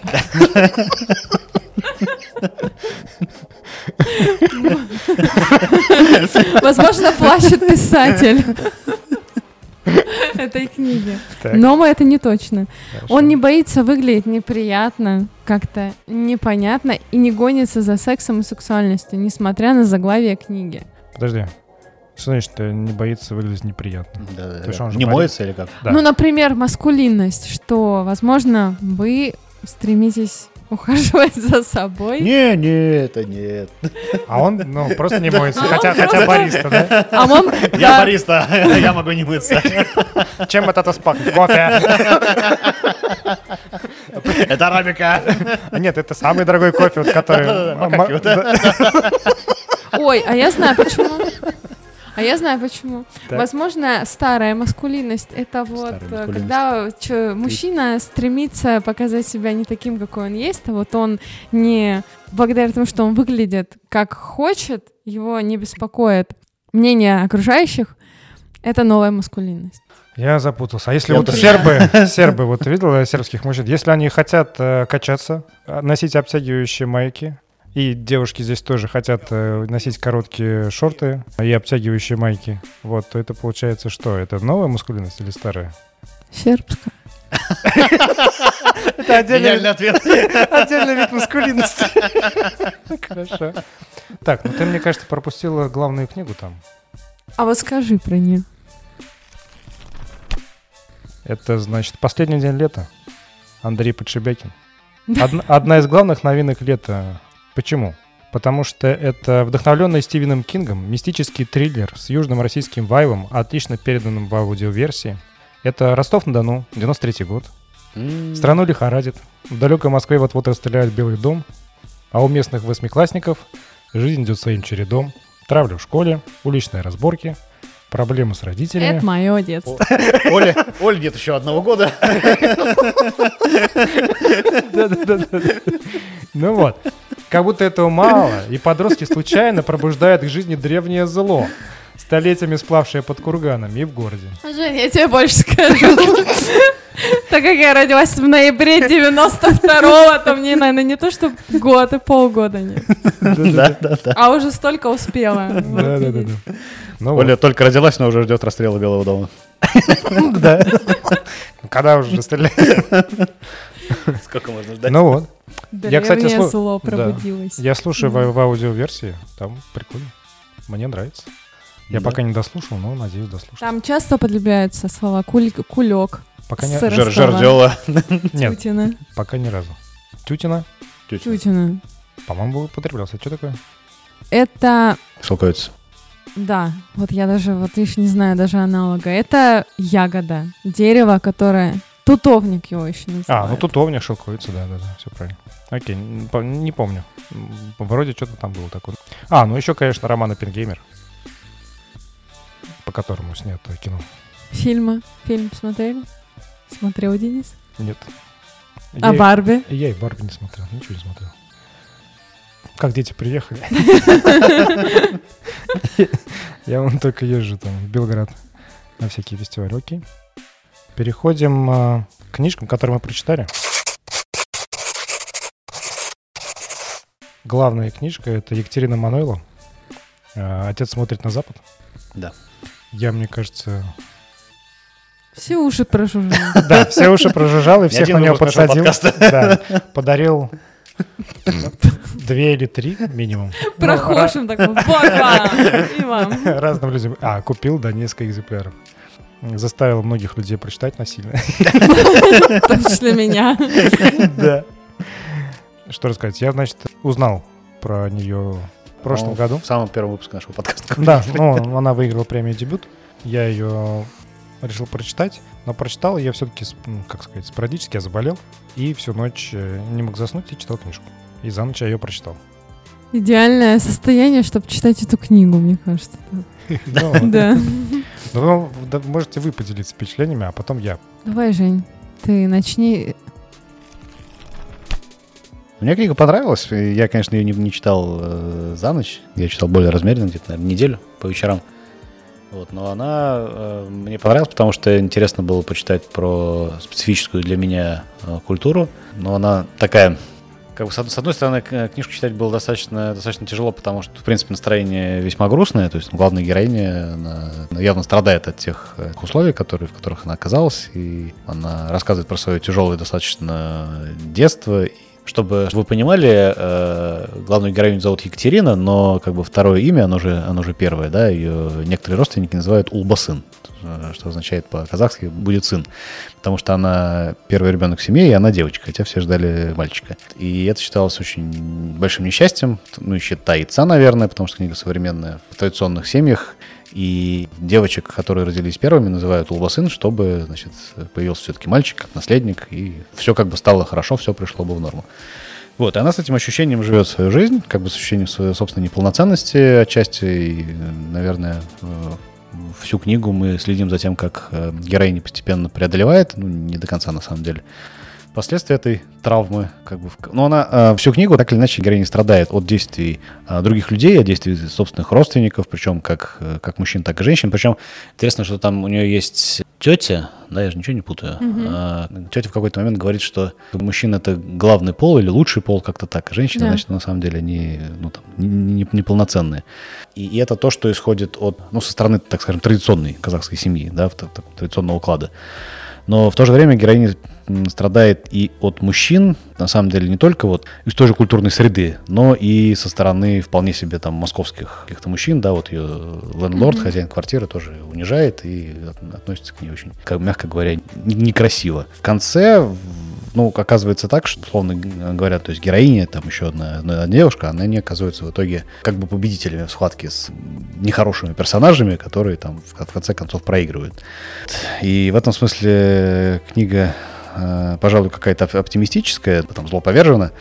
Возможно, плачет писатель этой книги. Но это не точно. Он не боится выглядеть неприятно, как-то непонятно и не гонится за сексом и сексуальностью, несмотря на заглавие книги. Подожди. Что значит, не боится выглядеть неприятно? Да, да, да. Не моется или как? Да. Ну, например, маскулинность, что, возможно, вы стремитесь ухаживать за собой. Не, не, это нет. А он, ну, просто не моется, хотя, хотя бариста, да? А он, я да. бариста, я могу не мыться. Чем это пахнет? Кофе. Это арабика. Нет, это самый дорогой кофе, который... Ой, а я знаю, почему... А А я знаю почему. Так. Возможно, старая маскулинность — это вот Старая маскулинность. когда чё, мужчина стремится показать себя не таким, какой он есть, а вот он не... Благодаря тому, что он выглядит как хочет, его не беспокоит мнение окружающих, это новая маскулинность. Я запутался. А если Я вот тоже. сербы, сербы, вот ты видела сербских мужчин, если они хотят э, качаться, э, носить обтягивающие майки, и девушки здесь тоже хотят э, носить короткие шорты и обтягивающие майки, вот, то это получается что? Это новая маскулинность или старая? Сербская. Это отдельный ответ. отдельный вид маскулинности. Хорошо. Так, ну ты, мне кажется, пропустила главную книгу там. А вот скажи про нее. Это, значит, «Последний день лета». Андрей Подшибякин. Одна, одна из главных новинок лета. Почему? Потому что это вдохновленный Стивеном Кингом мистический триллер с южным российским вайбом, отлично переданным в аудиоверсии. Это Ростов-на-Дону, девяносто третий год. Страну лихорадит. В далекой Москве вот-вот расстреляют Белый дом. А у местных восьмиклассников жизнь идет своим чередом. Травля в школе, уличные разборки, проблемы с родителями. Это мое детство. Оля, Оля нет еще одного года. Да-да-да. Ну вот. Как будто этого мало, и подростки случайно пробуждают к жизни древнее зло, столетиями сплавшее под курганами и в городе. Жень, я тебе больше скажу. Так как я родилась в ноябре девяносто второго, то мне, наверное, не то, что год и полгода нет. Да, да, да. А уже столько успела. Да-да-да. Ну Оля только родилась, но уже ждет расстрела Белого дома. вот. Да. Когда уже расстреляют? Сколько можно ждать? Ну вот. Я, кстати, Древнее слу- зло да. пробудилось. Я слушаю в, в аудиоверсии, там прикольно. Мне нравится. Я Да. пока не дослушал, но надеюсь дослушать. Там часто употребляются слова куль- кулек, Пока не... сыр. Жар- Ростова. Жардела. Нет, тютина, пока ни разу. Тютина, тютина. по-моему, употреблялся. Что такое? Это, Шелковица. да, вот я даже, вот еще не знаю даже аналога. Это ягода, дерево, которое... Тутовник его еще называют. А, ну тутовник, шелковица, да-да-да, все правильно. Окей, не по- не помню. М, Вроде что-то там было такое. А, ну еще, конечно, Роман Оппенгеймер, по которому снято кино. Фильмы, фильм смотрели? Смотрел Денис? Нет. А Я и- Барби? Я и Барби не смотрел, ничего не смотрел. Как дети приехали. Я вон только езжу там в Белград на всякие фестивали. Окей. Переходим а, к книжкам, которые мы прочитали. Главная книжка — это Екатерина Мануйлова. А, «Отец смотрит на запад». Да. Я, мне кажется... Все уши прожужжали. Да, все уши прожужжал и всех один на нее выпуск нашего подсадил. Да, подарил две или три минимум. Прохожим такой, вот вам, и вам. Разным людям. А, купил, да, несколько экземпляров. Заставил многих людей прочитать насильно. В том числе меня. Да. Что рассказать? Я, значит, узнал про нее в прошлом Ну, году. В самом первом выпуске нашего подкаста. Да, ну, она выиграла премию «Дебют». Я ее решил прочитать, но прочитал я все-таки, как сказать, спорадически, я заболел. И всю ночь э, не мог заснуть и читал книжку. И за ночь я ее прочитал. Идеальное состояние, чтобы читать эту книгу, мне кажется. Ну, Да. ну, да, можете вы поделиться впечатлениями, а потом я. Давай, Жень, ты начни. Мне книга понравилась. и Я, конечно, ее не, не читал э, за ночь. Я читал более размеренно, где-то, наверное, неделю по вечерам. Вот, но она э, мне понравилась, потому что интересно было почитать про специфическую для меня э, культуру. Но она такая... Как бы, с, од- с одной стороны, к- книжку читать было достаточно, достаточно тяжело, потому что, в принципе, настроение весьма грустное. То есть ну, главная героиня она явно страдает от тех э, условий, которые, в которых она оказалась. И она рассказывает про свое тяжелое достаточно детство. Чтобы вы понимали, э, главную героиню зовут Екатерина, но как бы второе имя, оно же, оно же первое, да, ее некоторые родственники называют Улбасын, что означает по-казахски «будет сын», потому что она первый ребенок в семье, и она девочка, хотя все ждали мальчика. И это считалось очень большим несчастьем, ну, еще таится, наверное, потому что книга современная, в традиционных семьях. И девочек, которые родились первыми, называют Улбасын, чтобы, значит, появился все-таки мальчик, как наследник, и все как бы стало хорошо, все пришло бы в норму. Вот, и она с этим ощущением живет свою жизнь, как бы с ощущением своей собственной неполноценности отчасти, и, наверное, всю книгу мы следим за тем, как героиня постепенно преодолевает, ну, не до конца на самом деле, последствия этой травмы, как бы, но она э, всю книгу так или иначе героиня страдает от действий э, других людей, от действий собственных родственников, причем как, э, как мужчин, так и женщин. Причем интересно, что там у нее есть тетя, да, я же ничего не путаю. Mm-hmm. Э, тетя в какой-то момент говорит, что мужчина — это главный пол или лучший пол, как-то так, а женщины, yeah. значит, на самом деле они, ну, там, неполноценные. И, и это то, что исходит от, ну, со стороны, так скажем, традиционной казахской семьи, да, в, так, традиционного уклада. Но в то же время героиня страдает и от мужчин, на самом деле не только вот из той же культурной среды, но и со стороны вполне себе там московских каких-то мужчин, да, вот ее лендлорд, mm-hmm. хозяин квартиры тоже унижает и относится к ней очень, как, мягко говоря, некрасиво. В конце, ну, оказывается так, что, условно говоря, то есть героиня, там еще одна, одна девушка, она не оказывается в итоге как бы победителями в схватке с нехорошими персонажами, которые там в конце концов проигрывают. И в этом смысле книга, пожалуй, какая-то оптимистическая, там зло повержено,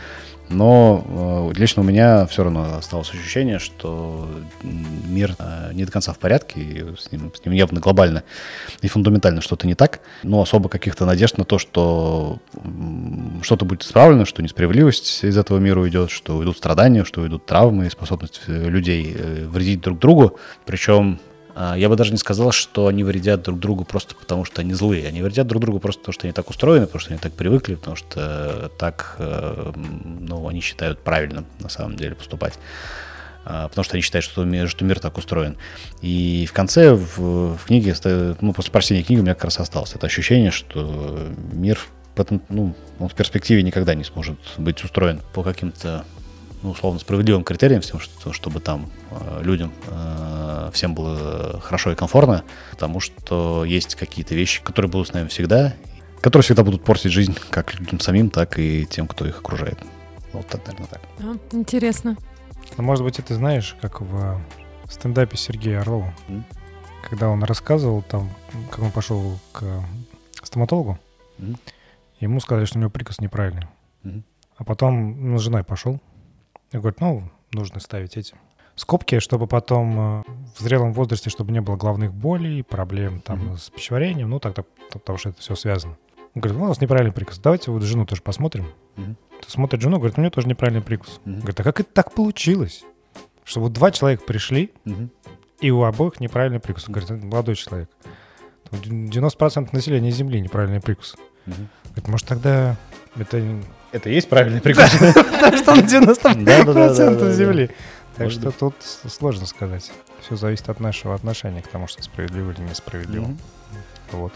но лично у меня все равно осталось ощущение, что мир не до конца в порядке, и с ним, с ним явно глобально и фундаментально что-то не так, но особо каких-то надежд на то, что что-то будет исправлено, что несправедливость из этого мира уйдет, что уйдут страдания, что уйдут травмы и способность людей вредить друг другу, причем я бы даже не сказал, что они вредят друг другу просто потому, что они злые. Они вредят друг другу просто потому, что они так устроены, потому что они так привыкли, потому что так, ну, они считают правильным на самом деле поступать. Потому что они считают, что мир, что мир так устроен. И в конце в, в книге, ну, после прочтения книги у меня как раз осталось это ощущение, что мир, ну, он в перспективе никогда не сможет быть устроен по каким-то, ну, условно, справедливым критериям, чтобы там людям всем было хорошо и комфортно, потому что есть какие-то вещи, которые будут с нами всегда, которые всегда будут портить жизнь как людям самим, так и тем, кто их окружает. Вот так, наверное, так. А, интересно. Ну, может быть, это знаешь, как в стендапе Сергея Орлова, mm. когда он рассказывал там, как он пошел к стоматологу, mm. ему сказали, что у него прикус неправильный. Mm. А потом, ну, с женой пошел. И говорит, ну, нужно ставить эти скобки, чтобы потом в зрелом возрасте, чтобы не было головных болей, проблем там mm-hmm. с пищеварением, ну, так, так, потому что это все связано. Он говорит, ну, у нас неправильный прикус, давайте вот жену тоже посмотрим. Mm-hmm. Смотрит жену, говорит, у нее тоже неправильный прикус. Mm-hmm. Говорит, а как это так получилось, что вот два человека пришли, mm-hmm. и у обоих неправильный прикус? Он говорит, молодой человек, девяносто процентов населения Земли неправильный прикус. Mm-hmm. Говорит, может, тогда это... Это и есть правильный прикус? Потому что он девяносто процентов Земли. Так что тут сложно сказать. Все зависит от нашего отношения к тому, что справедливо или несправедливо. Mm-hmm. Вот.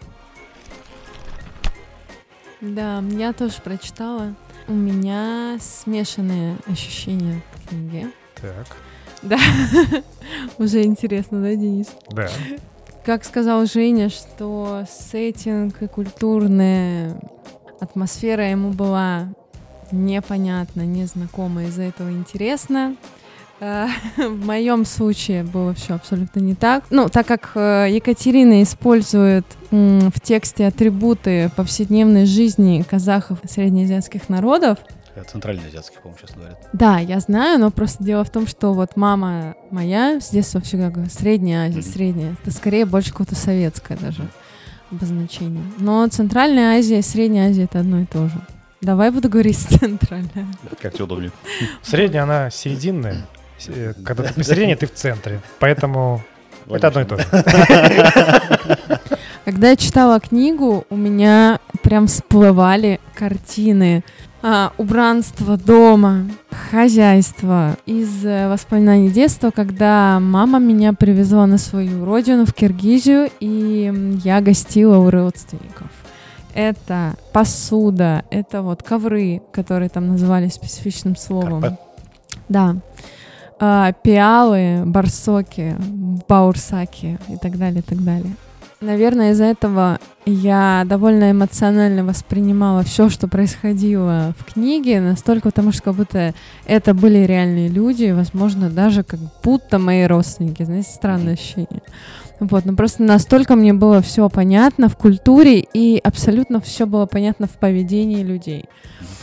Да, я тоже прочитала. У меня смешанные ощущения от книги. Так. Да. Уже интересно, да, Денис? Да. Как сказал Женя, что сеттинг и культурная атмосфера ему была непонятна, незнакома, из-за этого интересно. В моем случае было все абсолютно не так. Ну, так как Екатерина использует в тексте атрибуты повседневной жизни казахов и среднеазиатских народов. Центральноазиатских, по-моему, сейчас говорят. Да, я знаю, но просто дело в том, что вот мама моя с детства всегда говорит, Средняя Азия, mm-hmm. Средняя. Это скорее больше какое-то советское даже обозначение. Но Центральная Азия и Средняя Азия — это одно и то же. Давай буду говорить центральная. Как тебе удобнее. Средняя, она серединная. Когда ты посередине, ты в центре. Поэтому логично. Это одно и то же. Когда я читала книгу, у меня прям всплывали картины а, убранства дома, хозяйства из воспоминаний детства, когда мама меня привезла на свою родину в Киргизию, и я гостила у родственников. Это посуда, это вот ковры, которые там называли специфичным словом. Карпе. Да. А, пиалы, барсоки, баурсаки и так далее, и так далее. Наверное, из-за этого я довольно эмоционально воспринимала все, что происходило в книге, настолько, потому что как будто это были реальные люди, возможно, даже как будто мои родственники. Знаете, странное ощущение. Вот, но просто настолько мне было все понятно в культуре, и абсолютно все было понятно в поведении людей.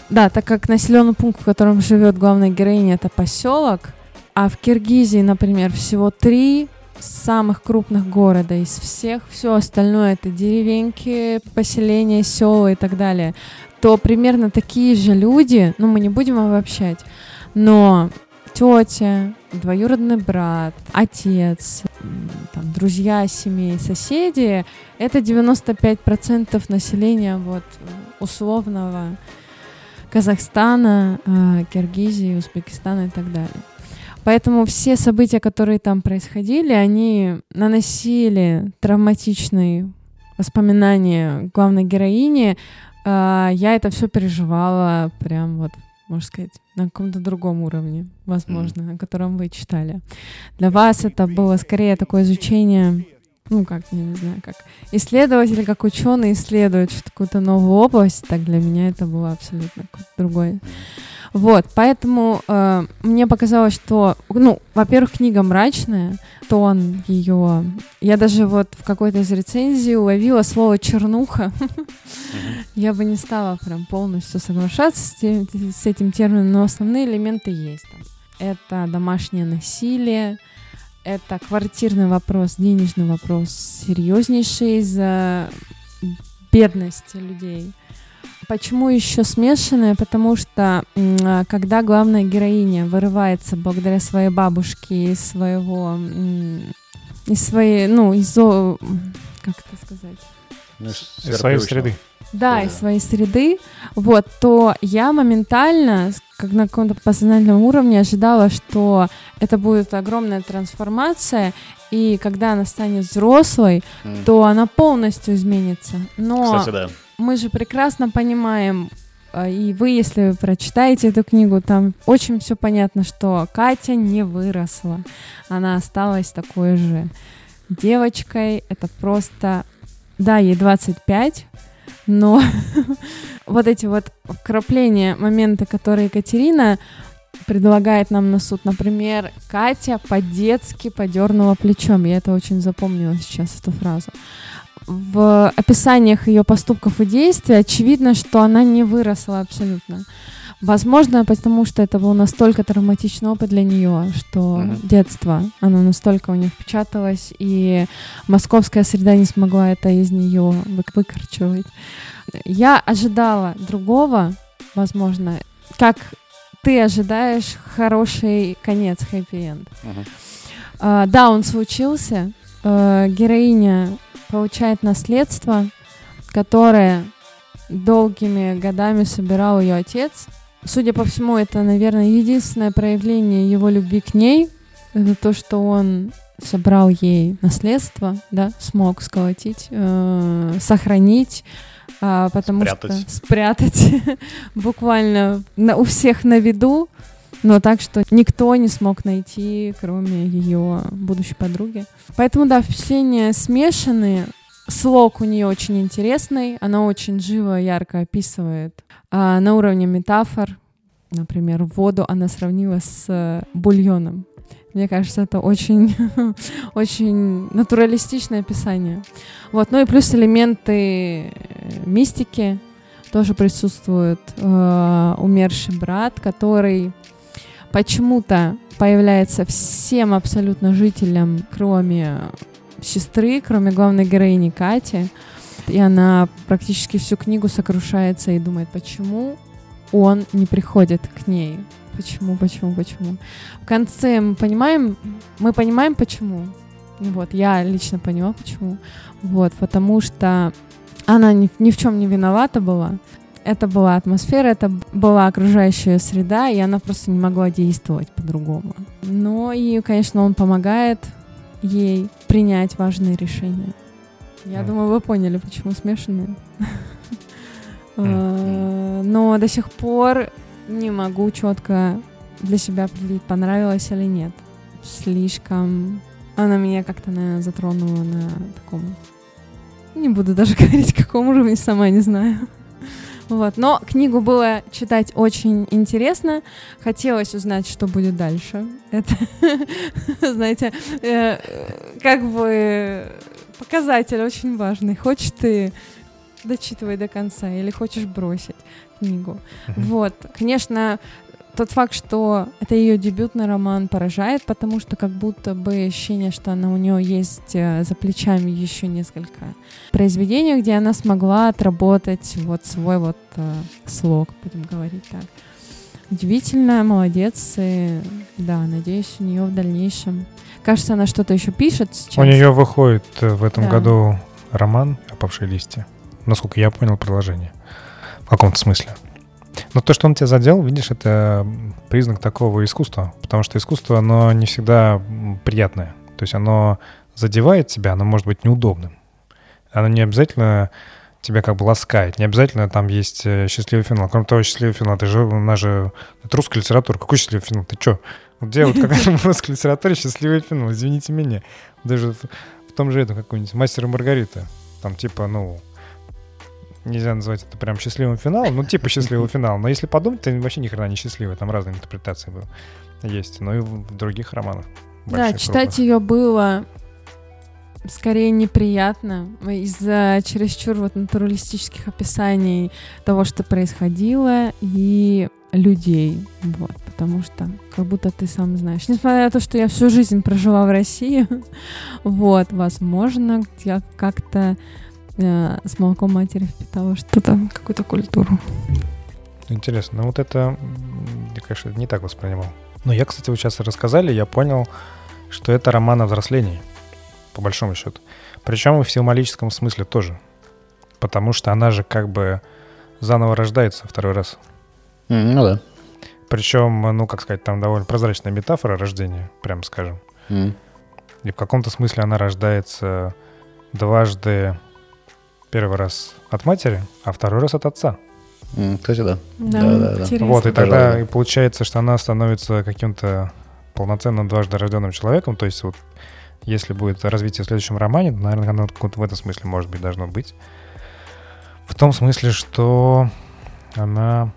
да, так как населенный пункт, в котором живет главная героиня, это поселок, а в Киргизии, например, всего три самых крупных города из всех, все остальное это деревеньки, поселения, села и так далее, то примерно такие же люди, ну мы не будем обобщать, но тетя, двоюродный брат, отец, там, друзья семей, соседи, это девяносто пять процентов населения вот условного Казахстана, Киргизии, Узбекистана и так далее. Поэтому все события, которые там происходили, они наносили травматичные воспоминания главной героине. Я это все переживала прям вот, можно сказать, на каком-то другом уровне, возможно, mm. о котором вы читали. Для вас это было скорее такое изучение, ну как, я не знаю, как исследователь, как ученый исследует какую-то новую область, так для меня это было абсолютно другое. Вот, поэтому э, мне показалось, что, ну, во-первых, книга мрачная, тон ее, я даже вот в какой-то из рецензий уловила слово «чернуха». Я бы не стала прям полностью соглашаться с, тем, с этим термином, но основные элементы есть там. Это домашнее насилие, это квартирный вопрос, денежный вопрос, серьезнейший из-за бедности людей. Почему еще смешанное? Потому что м, когда главная героиня вырывается благодаря своей бабушке из своего, м, из своей, ну, из, как это сказать? Ну, из своей среды. Да, да, из своей среды, вот, то я моментально, как на каком-то подсознательном уровне, ожидала, что это будет огромная трансформация, и когда она станет взрослой, mm. то она полностью изменится. Но Кстати, да. мы же прекрасно понимаем, и вы, если вы прочитаете эту книгу, там очень все понятно, что Катя не выросла. Она осталась такой же девочкой. Это просто... Да, ей двадцать пять, но вот эти вот вкрапления, моменты, которые Екатерина предлагает нам на суд. Например, Катя по-детски подернула плечом. Я это очень запомнила сейчас, эту фразу. В описаниях ее поступков и действий очевидно, что она не выросла абсолютно. Возможно, потому что это был настолько травматичный опыт для нее, что mm-hmm. детство, оно настолько у нее впечаталось, и московская среда не смогла это из нее выкорчевать. Я ожидала другого, возможно, как ты ожидаешь хороший конец, хэппи-энд. Mm-hmm. Uh, да, он случился. Uh, героиня получает наследство, которое долгими годами собирал ее отец. Судя по всему, это, наверное, единственное проявление его любви к ней. Это то, что он собрал ей наследство, да, смог сколотить, э, сохранить, э, потому спрятать. что спрятать буквально на, у всех на виду, но так, что никто не смог найти, кроме ее будущей подруги. Поэтому, да, впечатления смешанные. Слог у нее очень интересный, она очень живо, ярко описывает а, на уровне метафор. Например, воду она сравнила с а, бульоном. Мне кажется, это очень, очень натуралистичное описание. Вот. Ну и плюс элементы мистики тоже присутствуют. А, умерший брат, который почему-то появляется всем абсолютно жителям, кроме сестры, кроме главной героини Кати. И она практически всю книгу сокрушается и думает, почему он не приходит к ней. Почему, почему, почему. В конце мы понимаем, мы понимаем, почему. Вот, я лично поняла, почему. Вот, потому что она ни, ни в чем не виновата была. Это была атмосфера, это была окружающая среда, и она просто не могла действовать по-другому. Но и, конечно, он помогает ей принять важные решения. Я mm. думаю, вы поняли, почему смешанные. Mm. Но до сих пор не могу четко для себя определить, понравилось или нет. Слишком... Она меня как-то, наверное, затронула на таком... Не буду даже говорить, каком уровне, сама не знаю. Вот. Но книгу было читать очень интересно. Хотелось узнать, что будет дальше. Это, знаете, э, как бы показатель очень важный. Хочешь ты дочитывай до конца или хочешь бросить. книгу. Mm-hmm. Вот, конечно, тот факт, что это ее дебютный роман, поражает, потому что как будто бы ощущение, что она, у нее есть за плечами еще несколько произведений, где она смогла отработать вот свой вот э, слог, будем говорить так. Удивительно, молодец, и да, надеюсь, у нее в дальнейшем... Кажется, она что-то еще пишет сейчас. У нее выходит в этом да. году роман «Опавшие листья». Насколько я понял продолжение. В каком-то смысле. Но то, что он тебя задел, видишь, это признак такого искусства. Потому что искусство, оно не всегда приятное. То есть оно задевает тебя, оно может быть неудобным. Оно не обязательно тебя как бы ласкает. Не обязательно там есть счастливый финал. Кроме того, счастливый финал, это же, у нас же это русская литература. Какой счастливый финал? Ты что? Где вот какая-то в русской литературе счастливый финал? Извините меня. Даже в, в том же этом какой-нибудь «Мастер и Маргарита». Там типа, ну... Нельзя назвать это прям счастливым финалом, ну типа счастливый финал. Но если подумать, то вообще ни хрена не счастливый. Там разные интерпретации были. Есть. Но и в, в других романах. Да, читать крупных. Ее было скорее неприятно из-за чересчур вот натуралистических описаний того, что происходило, и людей. Вот. Потому что как будто ты сам знаешь. Несмотря на то, что я всю жизнь прожила в России, вот, возможно, я как-то с молоком матери впитала что-то, какую-то культуру. Интересно. Ну вот это, я, конечно, не так воспринимал. Но я, кстати, вы сейчас рассказали, я понял, что это роман о взрослении, по большому счету. Причем и в символическом смысле тоже. Потому что она же как бы заново рождается второй раз. Mm, ну да. Причем, ну, как сказать, там довольно прозрачная метафора рождения, прямо скажем. Mm. И в каком-то смысле она рождается дважды. Первый раз от матери, а второй раз от отца. Mm, кстати, да. Да, да, да, да. Вот, и тогда Пожалуй. Получается, что она становится каким-то полноценным дважды рожденным человеком. То есть вот если будет развитие в следующем романе, то, наверное, оно в этом смысле, может быть, должно быть. В том смысле, что она...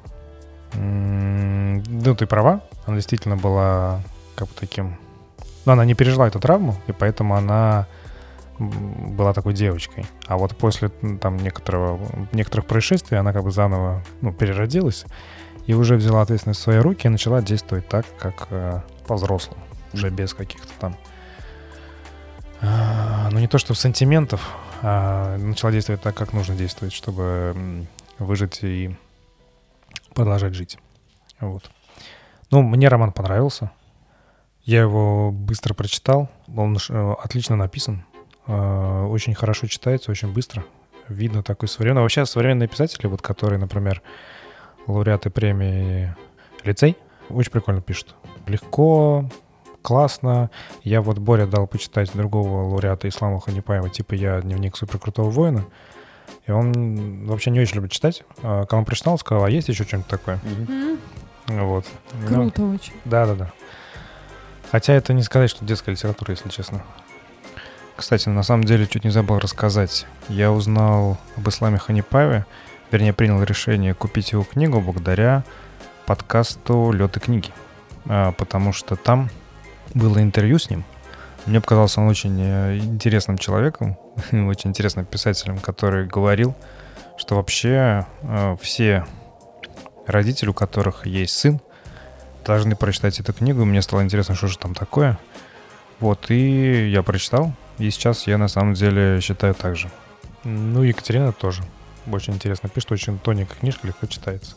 Ну, ты права, она действительно была как бы таким... Но она не пережила эту травму, и поэтому она... была такой девочкой. А вот после там некоторого, некоторых происшествий она как бы заново ну, переродилась и уже взяла ответственность в свои руки и начала действовать так, как э, по-взрослому. Уже без каких-то там... Э, ну, не то что сантиментов, а начала действовать так, как нужно действовать, чтобы выжить и продолжать жить. Вот. Ну, мне роман понравился. Я его быстро прочитал. Он отлично написан. Очень хорошо читается, очень быстро. Видно такой современный. Вообще современные писатели, вот которые, например, лауреаты премии «Лицей», очень прикольно пишут. Легко, классно. Я вот Боря дал почитать другого лауреата Ислама Ханипаева, типа «Я дневник суперкрутого воина». И он вообще не очень любит читать. Когда он прочитал, сказал, а есть еще что-нибудь такое? Mm-hmm. Вот. Круто ну, очень. Да-да-да. Хотя это не сказать, что детская литература, если честно. Кстати, на самом деле, чуть не забыл рассказать. Я узнал об Исламе Ханипаеве, вернее, принял решение купить его книгу благодаря подкасту «Лёд и книги», потому что там было интервью с ним. Мне показался он очень интересным человеком, очень интересным писателем, который говорил, что вообще все родители, у которых есть сын, должны прочитать эту книгу. Мне стало интересно, что же там такое. Вот, и я прочитал. И сейчас я на самом деле считаю так же. Ну, Екатерина тоже. Очень интересно пишет, очень тоненькая книжка, легко читается.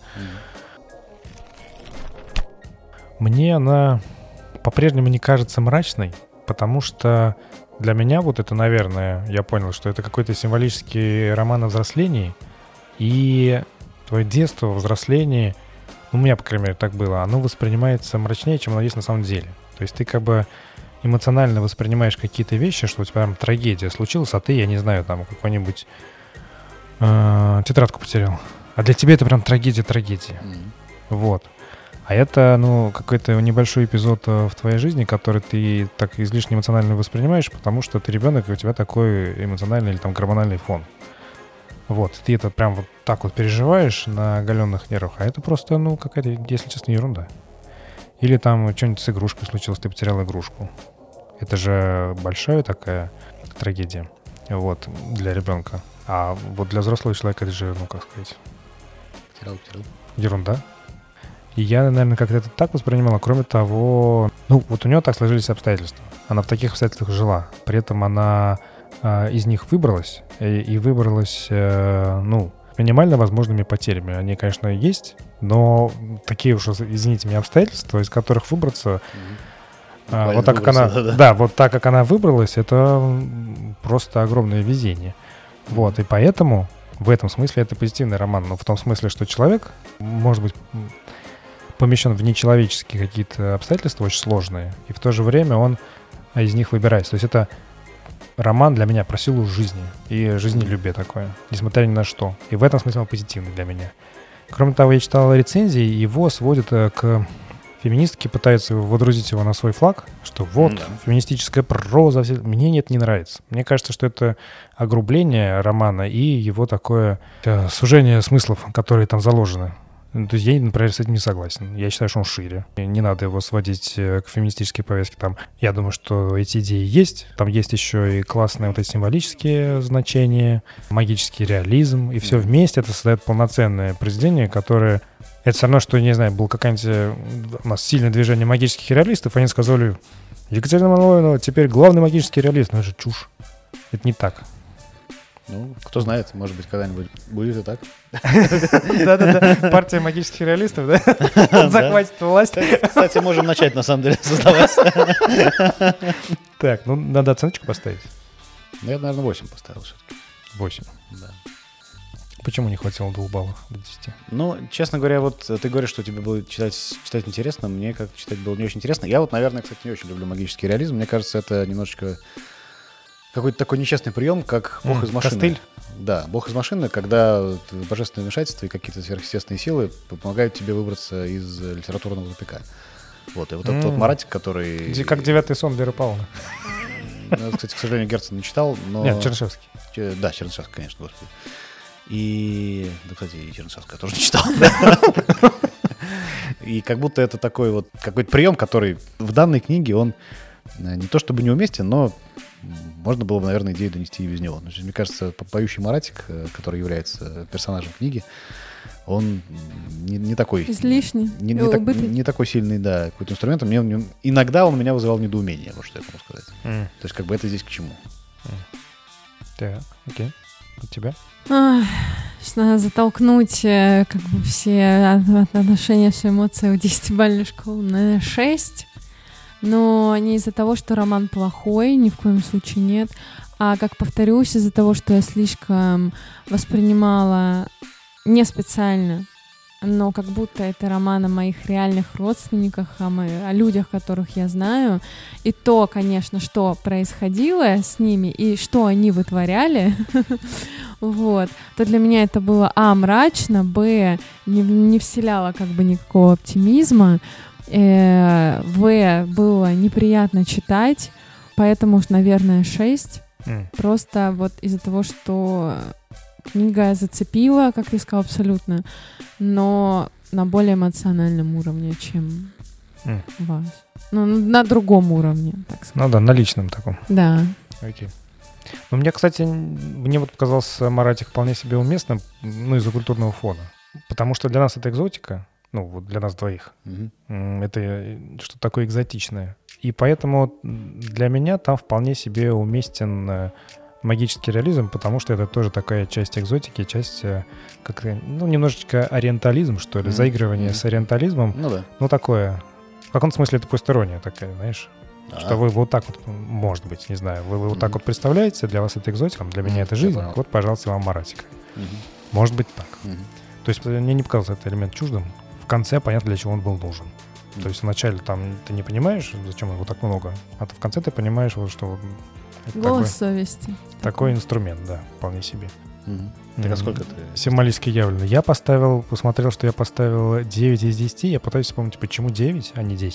Mm. Мне она по-прежнему не кажется мрачной, потому что для меня вот это, наверное, я понял, что это какой-то символический роман о взрослении. И твое детство, взросление, ну, у меня, по крайней мере, так было, оно воспринимается мрачнее, чем оно есть на самом деле. То есть ты как бы эмоционально воспринимаешь какие-то вещи, что у тебя там трагедия случилась, а ты, я не знаю, там какой-нибудь э, тетрадку потерял. А для тебя это прям трагедия-трагедия. Mm-hmm. Вот. А это, ну, какой-то небольшой эпизод в твоей жизни, который ты так излишне эмоционально воспринимаешь, потому что ты ребенок, и у тебя такой эмоциональный или там гормональный фон. Вот. Ты это прям вот так вот переживаешь на оголенных нервах, а это просто, ну, какая-то, если честно, ерунда. Или там что-нибудь с игрушкой случилось, ты потерял игрушку. Это же большая такая трагедия, вот, для ребенка. А вот для взрослого человека это же, ну, как сказать, Потерял, потерял. Ерунда. И я, наверное, как-то это так воспринимала. Кроме того, ну, вот у нее так сложились обстоятельства. Она в таких обстоятельствах жила. При этом она э, из них выбралась. И, и выбралась, э, ну, минимально возможными потерями. Они, конечно, есть, но такие уж, извините меня, обстоятельства, из которых выбраться... Mm-hmm. э, вот так, как она, да, да. да, вот так, как она выбралась, это просто огромное везение. Mm-hmm. Вот, и поэтому в этом смысле это позитивный роман. Но в том смысле, что человек, может быть... помещен в нечеловеческие какие-то обстоятельства очень сложные, и в то же время он из них выбирается. То есть это роман для меня про силу жизни и жизнелюбие такое, несмотря ни на что. И в этом смысле он позитивный для меня. Кроме того, я читал рецензии, его сводят к... Феминистки пытаются водрузить его на свой флаг, что вот, mm-hmm. феминистическая проза. Мне это не нравится. Мне кажется, что это огрубление романа и его такое сужение смыслов, которые там заложены. То есть я, например, с этим не согласен. Я считаю, что он шире. Не надо его сводить к феминистической повестке. Там, я думаю, что эти идеи есть. Там есть еще и классные вот эти символические значения, магический реализм. И все вместе это создает полноценное произведение, которое... Это все равно, что, не знаю, было какое-нибудь у нас сильное движение магических реалистов, они сказали: Екатерина Мануйлова теперь главный магический реалист. Ну это же чушь. Это не так. Ну, кто знает, может быть, когда-нибудь будет и так. Да-да-да, партия магических реалистов, да? Захватит власть. Кстати, можем начать, на самом деле, создавать. Так, ну, надо оценочку поставить. Ну, я, наверное, восемь поставил все-таки. восемь? Да. Почему не хватило двух баллов до десяти? Ну, честно говоря, вот ты говоришь, что тебе было читать, читать интересно. Мне как читать было не очень интересно. Я вот, наверное, кстати, не очень люблю магический реализм. Мне кажется, это немножечко... какой-то такой нечестный прием, как бог mm, из машины. Костыль? Да, бог из машины, когда божественное вмешательство и какие-то сверхъестественные силы помогают тебе выбраться из литературного тупика. Вот, и вот mm. этот вот Маратик, который... Как «Девятый сон» Веры Павловны. Ну, кстати, к сожалению, Герцен не читал, но... Нет, Чернышевский. Да, Чернышевский, конечно, господи. И... Да, кстати, и Чернышевского я тоже не читал. И как будто это такой вот какой-то прием, который в данной книге, он не то чтобы неуместен, но можно было бы, наверное, идею донести и без него. Мне кажется, поющий Маратик, который является персонажем книги, он не, не такой... Излишний. Не, не, так, не такой сильный, да, какой-то инструмент. Мне, мне, иногда он меня вызывал недоумение, вот что я могу сказать. Mm. То есть как бы это здесь к чему. Mm. Так, окей. От тебя? Ах, сейчас надо затолкнуть как бы все отношения, все эмоции в десятибалльную шкалу. Наверное, шесть. Но не из-за того, что роман плохой, ни в коем случае нет, а, как повторюсь, из-за того, что я слишком воспринимала не специально, но как будто это роман о моих реальных родственниках, о, моих, о людях, которых я знаю, и то, конечно, что происходило с ними и что они вытворяли, вот, то для меня это было, а, мрачно, б, не, не вселяло как бы никакого оптимизма, э, в, было неприятно читать, поэтому уж, наверное, шесть, mm. просто вот из-за того, что... Книга зацепила, как ты сказал, абсолютно, но на более эмоциональном уровне, чем mm. вас. Ну, на другом уровне, так сказать. Ну да, на личном таком. Да. Окей. Ну, мне, кстати, мне вот показался Маратик вполне себе уместным, ну, из-за культурного фона. Потому что для нас это экзотика, ну, вот для нас двоих. Mm-hmm. Это что-то такое экзотичное. И поэтому для меня там вполне себе уместен... магический реализм, потому что это тоже такая часть экзотики, часть, как ну, немножечко ориентализм, что ли, mm-hmm. заигрывание mm-hmm. с ориентализмом. Ну да. Ну такое, в каком-то смысле это постерония такая, знаешь, А-а-а. что вы вот так вот, может быть, не знаю, вы, вы вот mm-hmm. так вот представляете, для вас это экзотика, для меня mm-hmm. это жизнь, вот, пожалуйста, вам Маратик. Mm-hmm. Может быть так. Mm-hmm. То есть мне не показался этот элемент чуждым. В конце понятно, для чего он был нужен. Mm-hmm. То есть вначале там ты не понимаешь, зачем его так много, а в конце ты понимаешь, вот, что... Голос такой, совести. Такой, такой инструмент, да, вполне себе. Mm-hmm. Так а сколько ты? Символически явлено. Я поставил, посмотрел, что я поставил девять из десяти. Я пытаюсь вспомнить, почему девять, а не десять.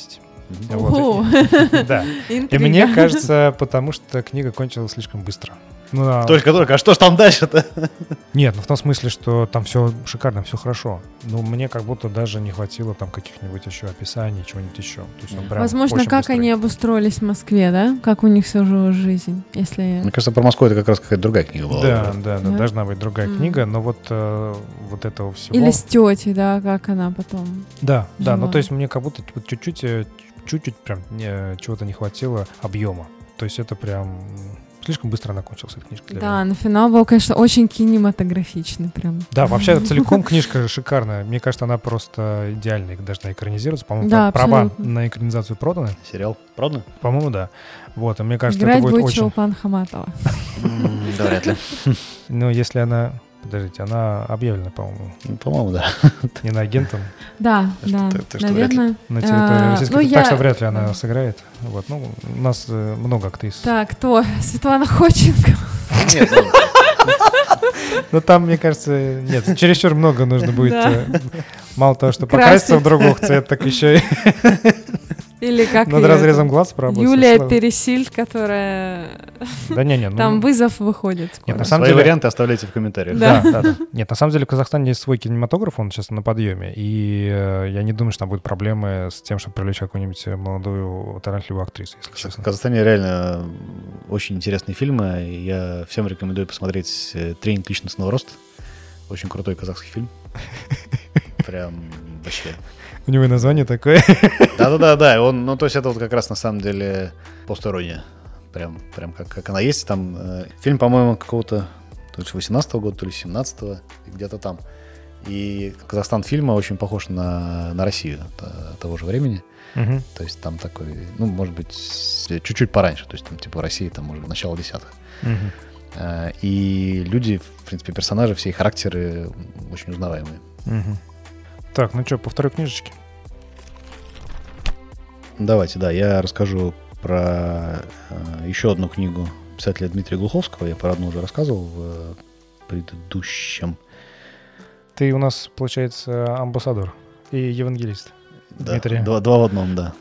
Да. И мне кажется, потому что книга кончилась слишком быстро. Ну, а... Только, только, а что ж там дальше-то? Нет, ну в том смысле, что там все шикарно, все хорошо. Но мне как будто даже не хватило там каких-нибудь еще описаний, чего-нибудь еще. То есть, mm. Возможно, как быстрый. Они обустроились в Москве, да? Как у них сложилась жизнь, если... Мне кажется, про Москву это как раз какая-то другая книга была. Да, да, да, да, должна быть другая mm. книга, но вот, э, вот этого всего... Или с тетей, да, как она потом Да, жила. Да, ну то есть мне как будто вот, чуть-чуть, чуть-чуть прям не, чего-то не хватило объема. То есть это прям... Слишком быстро она кончилась, эта книжка. Да, но финал был, конечно, очень кинематографичный прям. Да, вообще целиком книжка шикарная. Мне кажется, она просто идеально должна экранизироваться. По-моему, да, права абсолютно. На экранизацию проданы. Сериал продан? По-моему, да. Вот, и мне кажется, играть это будет, будет очень... Чулпан Хаматова. Да, вряд ли. Ну, если она... Подождите, она объявлена, по-моему. Ну, по-моему, да. Не на агентом. Да, да, наверное. На территории российской. Так что вряд ли она сыграет. Вот, ну, у нас много актрис. Так, кто? Светлана Ходченко. Нет, ну там, мне кажется, нет, чересчур много нужно будет. Мало того, что покраситься в другой цвет, так еще и... Или как над разрезом глаз поработать. Юлия Пересильд, которая... Да не, не, ну... Там вызов выходит скоро. Нет, на самом Свои деле... варианты оставляйте в комментариях. Да. Да, да, да. Нет, на самом деле в Казахстане есть свой кинематограф, он сейчас на подъеме, и э, я не думаю, что там будут проблемы с тем, чтобы привлечь какую-нибудь молодую талантливую актрису, если честно. В Казахстане реально очень интересные фильмы, и я всем рекомендую посмотреть «Тренинг личностного роста». Очень крутой казахский фильм. Прям вообще... У него и название такое. Да-да-да, он, ну, то есть это вот как раз на самом деле пост-ирония. Прям, прям как, как она есть. Там э, фильм, по-моему, какого-то то ли восемнадцатого года, то ли семнадцатого, где-то там. И Казахстан фильма очень похож на, на Россию того же времени. Угу. То есть там такой, ну, может быть, чуть-чуть пораньше. То есть там типа России, там, может быть, начало десятых. Угу. Э, и люди, в принципе, персонажи, все их характеры очень узнаваемые. Угу. Так, ну что, по второй книжечке? Давайте, да, я расскажу про э, еще одну книгу писателя Дмитрия Глуховского. Я про одну уже рассказывал в э, предыдущем. Ты у нас, получается, амбассадор и евангелист. Да, Дмитрий. Два, два в одном, да.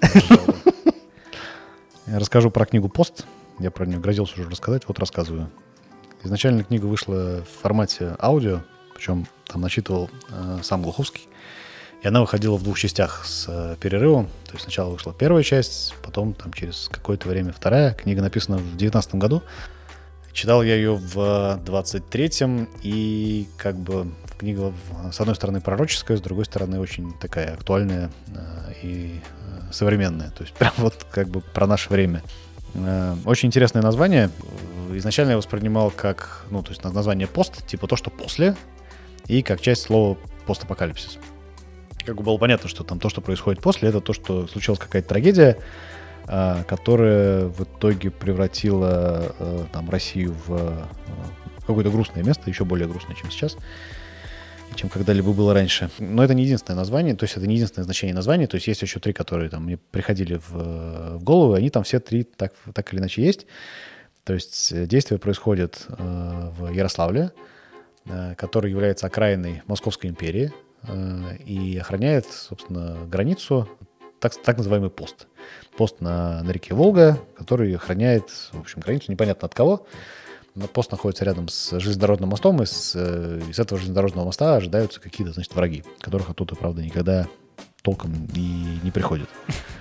Я расскажу про книгу «Пост». Я про нее грозился уже рассказать, вот рассказываю. Изначально книга вышла в формате аудио, причем там начитывал э, сам Глуховский. И она выходила в двух частях с э, перерывом. То есть сначала вышла первая часть, потом там через какое-то время вторая. Книга написана в девятнадцатом году. Читал я ее в двадцать третьем. И как бы книга, с одной стороны, пророческая, с другой стороны, очень такая актуальная э, и э, современная. То есть прям вот как бы про наше время. Э, очень интересное название. Изначально я воспринимал как, ну, то есть название «пост», типа то, что после, и как часть слова «постапокалипсис». Как бы было понятно, что там то, что происходит после, это то, что случилась какая-то трагедия, э, которая в итоге превратила э, там, Россию в э, какое-то грустное место, еще более грустное, чем сейчас, чем когда-либо было раньше. Но это не единственное название, то есть это не единственное значение названия, то есть есть еще три, которые там мне приходили в, в голову, и они там все три так, так или иначе есть. То есть действие происходит э, в Ярославле, э, который является окраиной Московской империи, и охраняет, собственно, границу, так, так называемый пост. Пост на, на реке Волга, который охраняет, в общем, границу непонятно от кого. Но пост находится рядом с железнодорожным мостом, и с, из этого железнодорожного моста ожидаются какие-то, значит, враги, которых оттуда, правда, никогда толком и не приходят.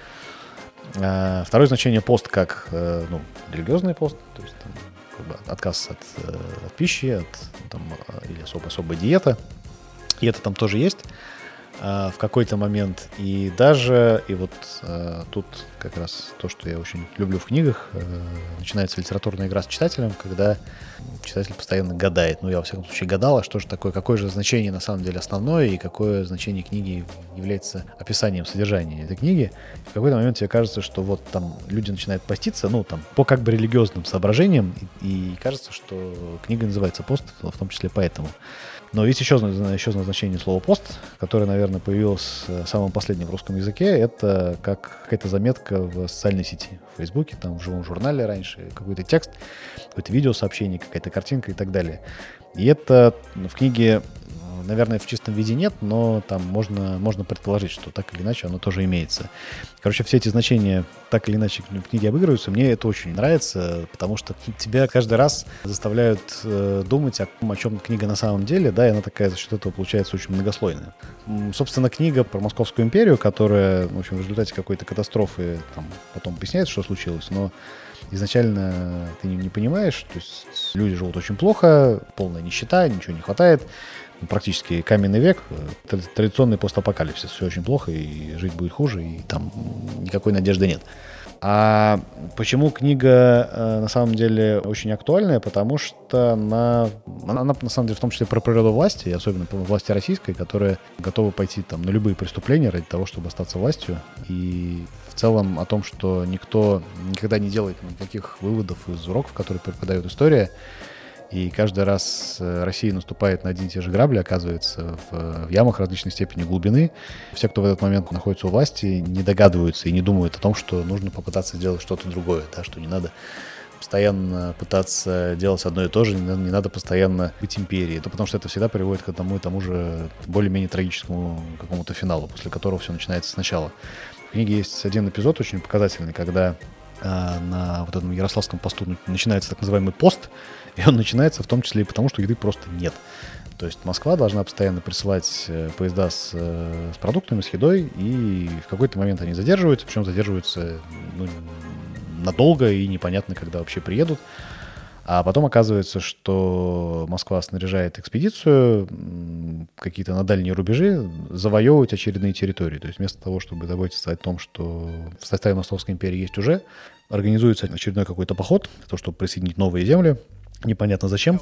Второе значение пост как, ну, религиозный пост, то есть там, как бы отказ от, от пищи, от, там, или особо, особая диета. И это там тоже есть а, в какой-то момент. И даже, и вот а, тут как раз то, что я очень люблю в книгах, а, начинается литературная игра с читателем, когда читатель постоянно гадает. Ну, я, во всяком случае, гадал, а что же такое, какое же значение на самом деле основное, и какое значение книги является описанием содержания этой книги. И в какой-то момент тебе кажется, что вот там люди начинают поститься, ну, там, по как бы религиозным соображениям, и, и кажется, что книга называется «Пост», в том числе поэтому. Но есть еще, еще значение слова «пост», которое, наверное, появилось в самом последнем в русском языке. Это как какая-то заметка в социальной сети, в Фейсбуке, там в живом журнале раньше, какой-то текст, какое-то видеосообщение, какая-то картинка и так далее. И это в книге наверное, в чистом виде нет, но там можно, можно предположить, что так или иначе оно тоже имеется. Короче, все эти значения так или иначе в книге обыгрываются. Мне это очень нравится, потому что тебя каждый раз заставляют э, думать о, о чем книга на самом деле, да, и она такая за счет этого получается очень многослойная. Собственно, книга про Московскую империю, которая, в общем, в результате какой-то катастрофы там, потом объясняется, что случилось, но изначально ты не, не понимаешь, то есть люди живут очень плохо, полная нищета, ничего не хватает, практически каменный век, традиционный постапокалипсис, все очень плохо, и жить будет хуже, и там никакой надежды нет. А почему книга э, на самом деле очень актуальная? Потому что она, она, она на самом деле в том числе про природу власти, особенно про власти российской, которая готова пойти там, на любые преступления ради того, чтобы остаться властью. И в целом о том, что никто никогда не делает никаких выводов из уроков, которые преподает история. И каждый раз Россия наступает на одни и те же грабли, оказывается, в, в ямах различной степени глубины. Все, кто в этот момент находится у власти, не догадываются и не думают о том, что нужно попытаться сделать что-то другое, да, что не надо постоянно пытаться делать одно и то же, не надо, не надо постоянно быть империей, да, потому что это всегда приводит к одному и тому же более-менее трагическому какому-то финалу, после которого все начинается сначала. В книге есть один эпизод очень показательный, когда а, на вот этом Ярославском посту начинается так называемый пост, и он начинается в том числе и потому, что еды просто нет. То есть Москва должна постоянно присылать поезда с, с продуктами, с едой, и в какой-то момент они задерживаются, причем задерживаются ну, надолго, и непонятно, когда вообще приедут. А потом оказывается, что Москва снаряжает экспедицию, какие-то на дальние рубежи, завоевывать очередные территории. То есть вместо того, чтобы заботиться о том, что в составе Московской империи есть уже, организуется очередной какой-то поход, для того, чтобы присоединить новые земли. Непонятно зачем.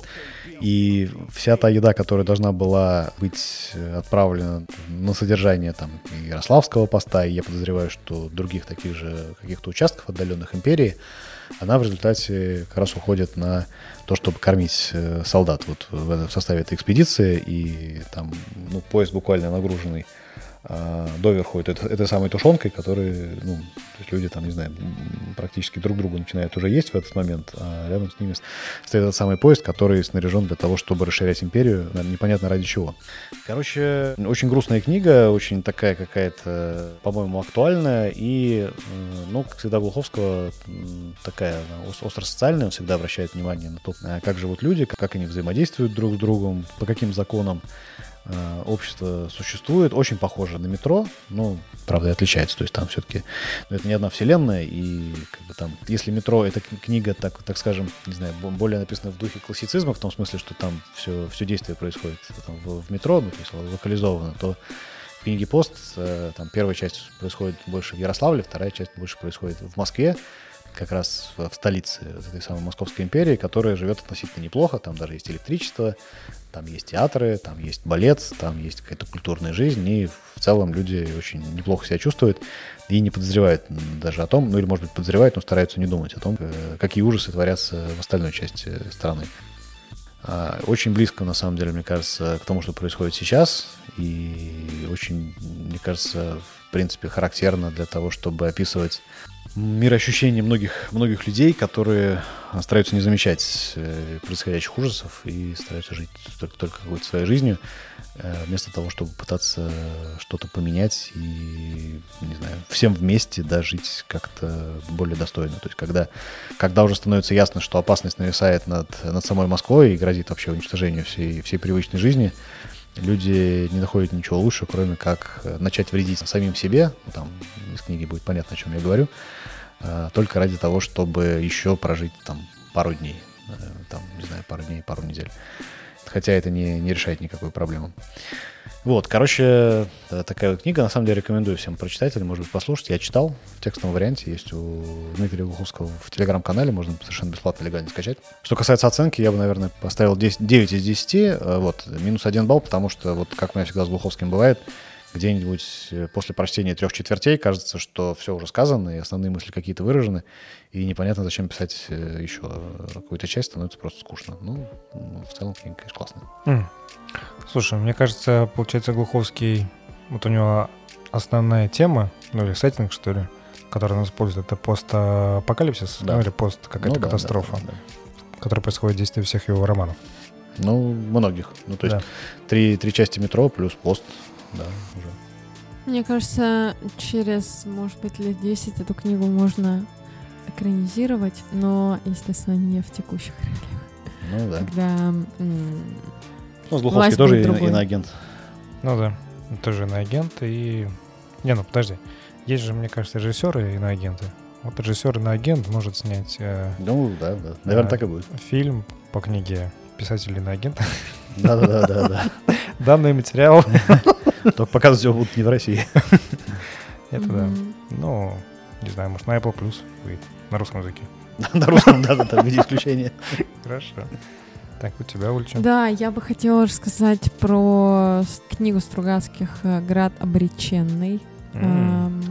И вся та еда, которая должна была быть отправлена на содержание там, Ярославского поста, и я подозреваю, что других таких же каких-то участков отдаленных империи, она в результате как раз уходит на то, чтобы кормить солдат вот в, в составе этой экспедиции. И там ну, поезд буквально нагруженный а, доверху этой, этой самой тушенкой, которую, ну, то есть люди там, не знаю, практически друг другу начинают уже есть в этот момент, а рядом с ними стоит этот самый поезд, который снаряжен для того, чтобы расширять империю, непонятно ради чего. Короче, очень грустная книга, очень такая какая-то, по-моему, актуальная, и, ну, как всегда, Глуховского такая остросоциальная, он всегда обращает внимание на то, как живут люди, как они взаимодействуют друг с другом, по каким законам общество существует, очень похоже на метро, но, правда, и отличается, то есть там все-таки ну, это не одна вселенная, и как бы там, если метро, это книга, так, так скажем, не знаю, более написана в духе классицизма, в том смысле, что там все, все действие происходит там, в, в метро, ну, то есть локализовано, то в книге «Пост» там первая часть происходит больше в Ярославле, вторая часть больше происходит в Москве, как раз в, в столице этой самой Московской империи, которая живет относительно неплохо, там даже есть электричество, там есть театры, там есть балет, там есть какая-то культурная жизнь, и в целом люди очень неплохо себя чувствуют и не подозревают даже о том, ну или, может быть, подозревают, но стараются не думать о том, какие ужасы творятся в остальной части страны. Очень близко, на самом деле, мне кажется, к тому, что происходит сейчас, и очень, мне кажется, в принципе, характерно для того, чтобы описывать мироощущение многих, многих людей, которые стараются не замечать происходящих ужасов и стараются жить только, только какой-то своей жизнью, вместо того, чтобы пытаться что-то поменять и, не знаю, всем вместе, да, жить как-то более достойно. То есть когда, когда уже становится ясно, что опасность нависает над, над самой Москвой и грозит вообще уничтожению всей, всей привычной жизни, люди не находят ничего лучше, кроме как начать вредить самим себе. Там из книги будет понятно, о чем я говорю. Только ради того, чтобы еще прожить там пару дней. Там, не знаю, пару дней, пару недель. Хотя это не, не решает никакую проблему. Вот, короче, такая вот книга. На самом деле рекомендую всем прочитать или, может быть, послушать. Я читал в текстовом варианте. Есть у Дмитрия Глуховского в телеграм-канале. Можно совершенно бесплатно, легально скачать. Что касается оценки, я бы, наверное, поставил девять из десяти. Вот, минус один балл, потому что, вот как у меня всегда с Глуховским бывает, где-нибудь после прочтения трех четвертей кажется, что все уже сказано, и основные мысли какие-то выражены, и непонятно, зачем писать еще какую-то часть, становится просто скучно. Ну, в целом книга, конечно, классная. Mm. Слушай, мне кажется, получается, Глуховский, вот у него основная тема, ну или сеттинг, что ли, который он использует, это постапокалипсис, да. Ну или пост какая-то ну, катастрофа, да, да, да. которая происходит в действии всех его романов. Ну, многих. Ну, то есть Да. три, три части метро плюс пост, да, уже. Мне кажется, через, может быть, лет десять эту книгу можно экранизировать, но, естественно, не в текущих реалиях. Ну, да. Когда... м, Ну, Глуховский власть тоже будет и- другой. иноагент. Ну да, тоже иноагент и... Не, ну подожди. Есть же, мне кажется, режиссеры и иноагенты. Вот режиссер иноагент может снять э, Ну, да, да. Наверное, А. так и будет. фильм по книге писателя иноагента. Да-да-да. Данный материал. Только показывать его будут не в России. Это да. мгм. Ну, не знаю, может, на Apple Plus выйдет. На русском языке. На русском, да-да-да, в виде исключения. Хорошо. Так, у тебя, Ульча? Да, я бы хотела рассказать про с- книгу Стругацких э, «Град обреченный». М. Ам,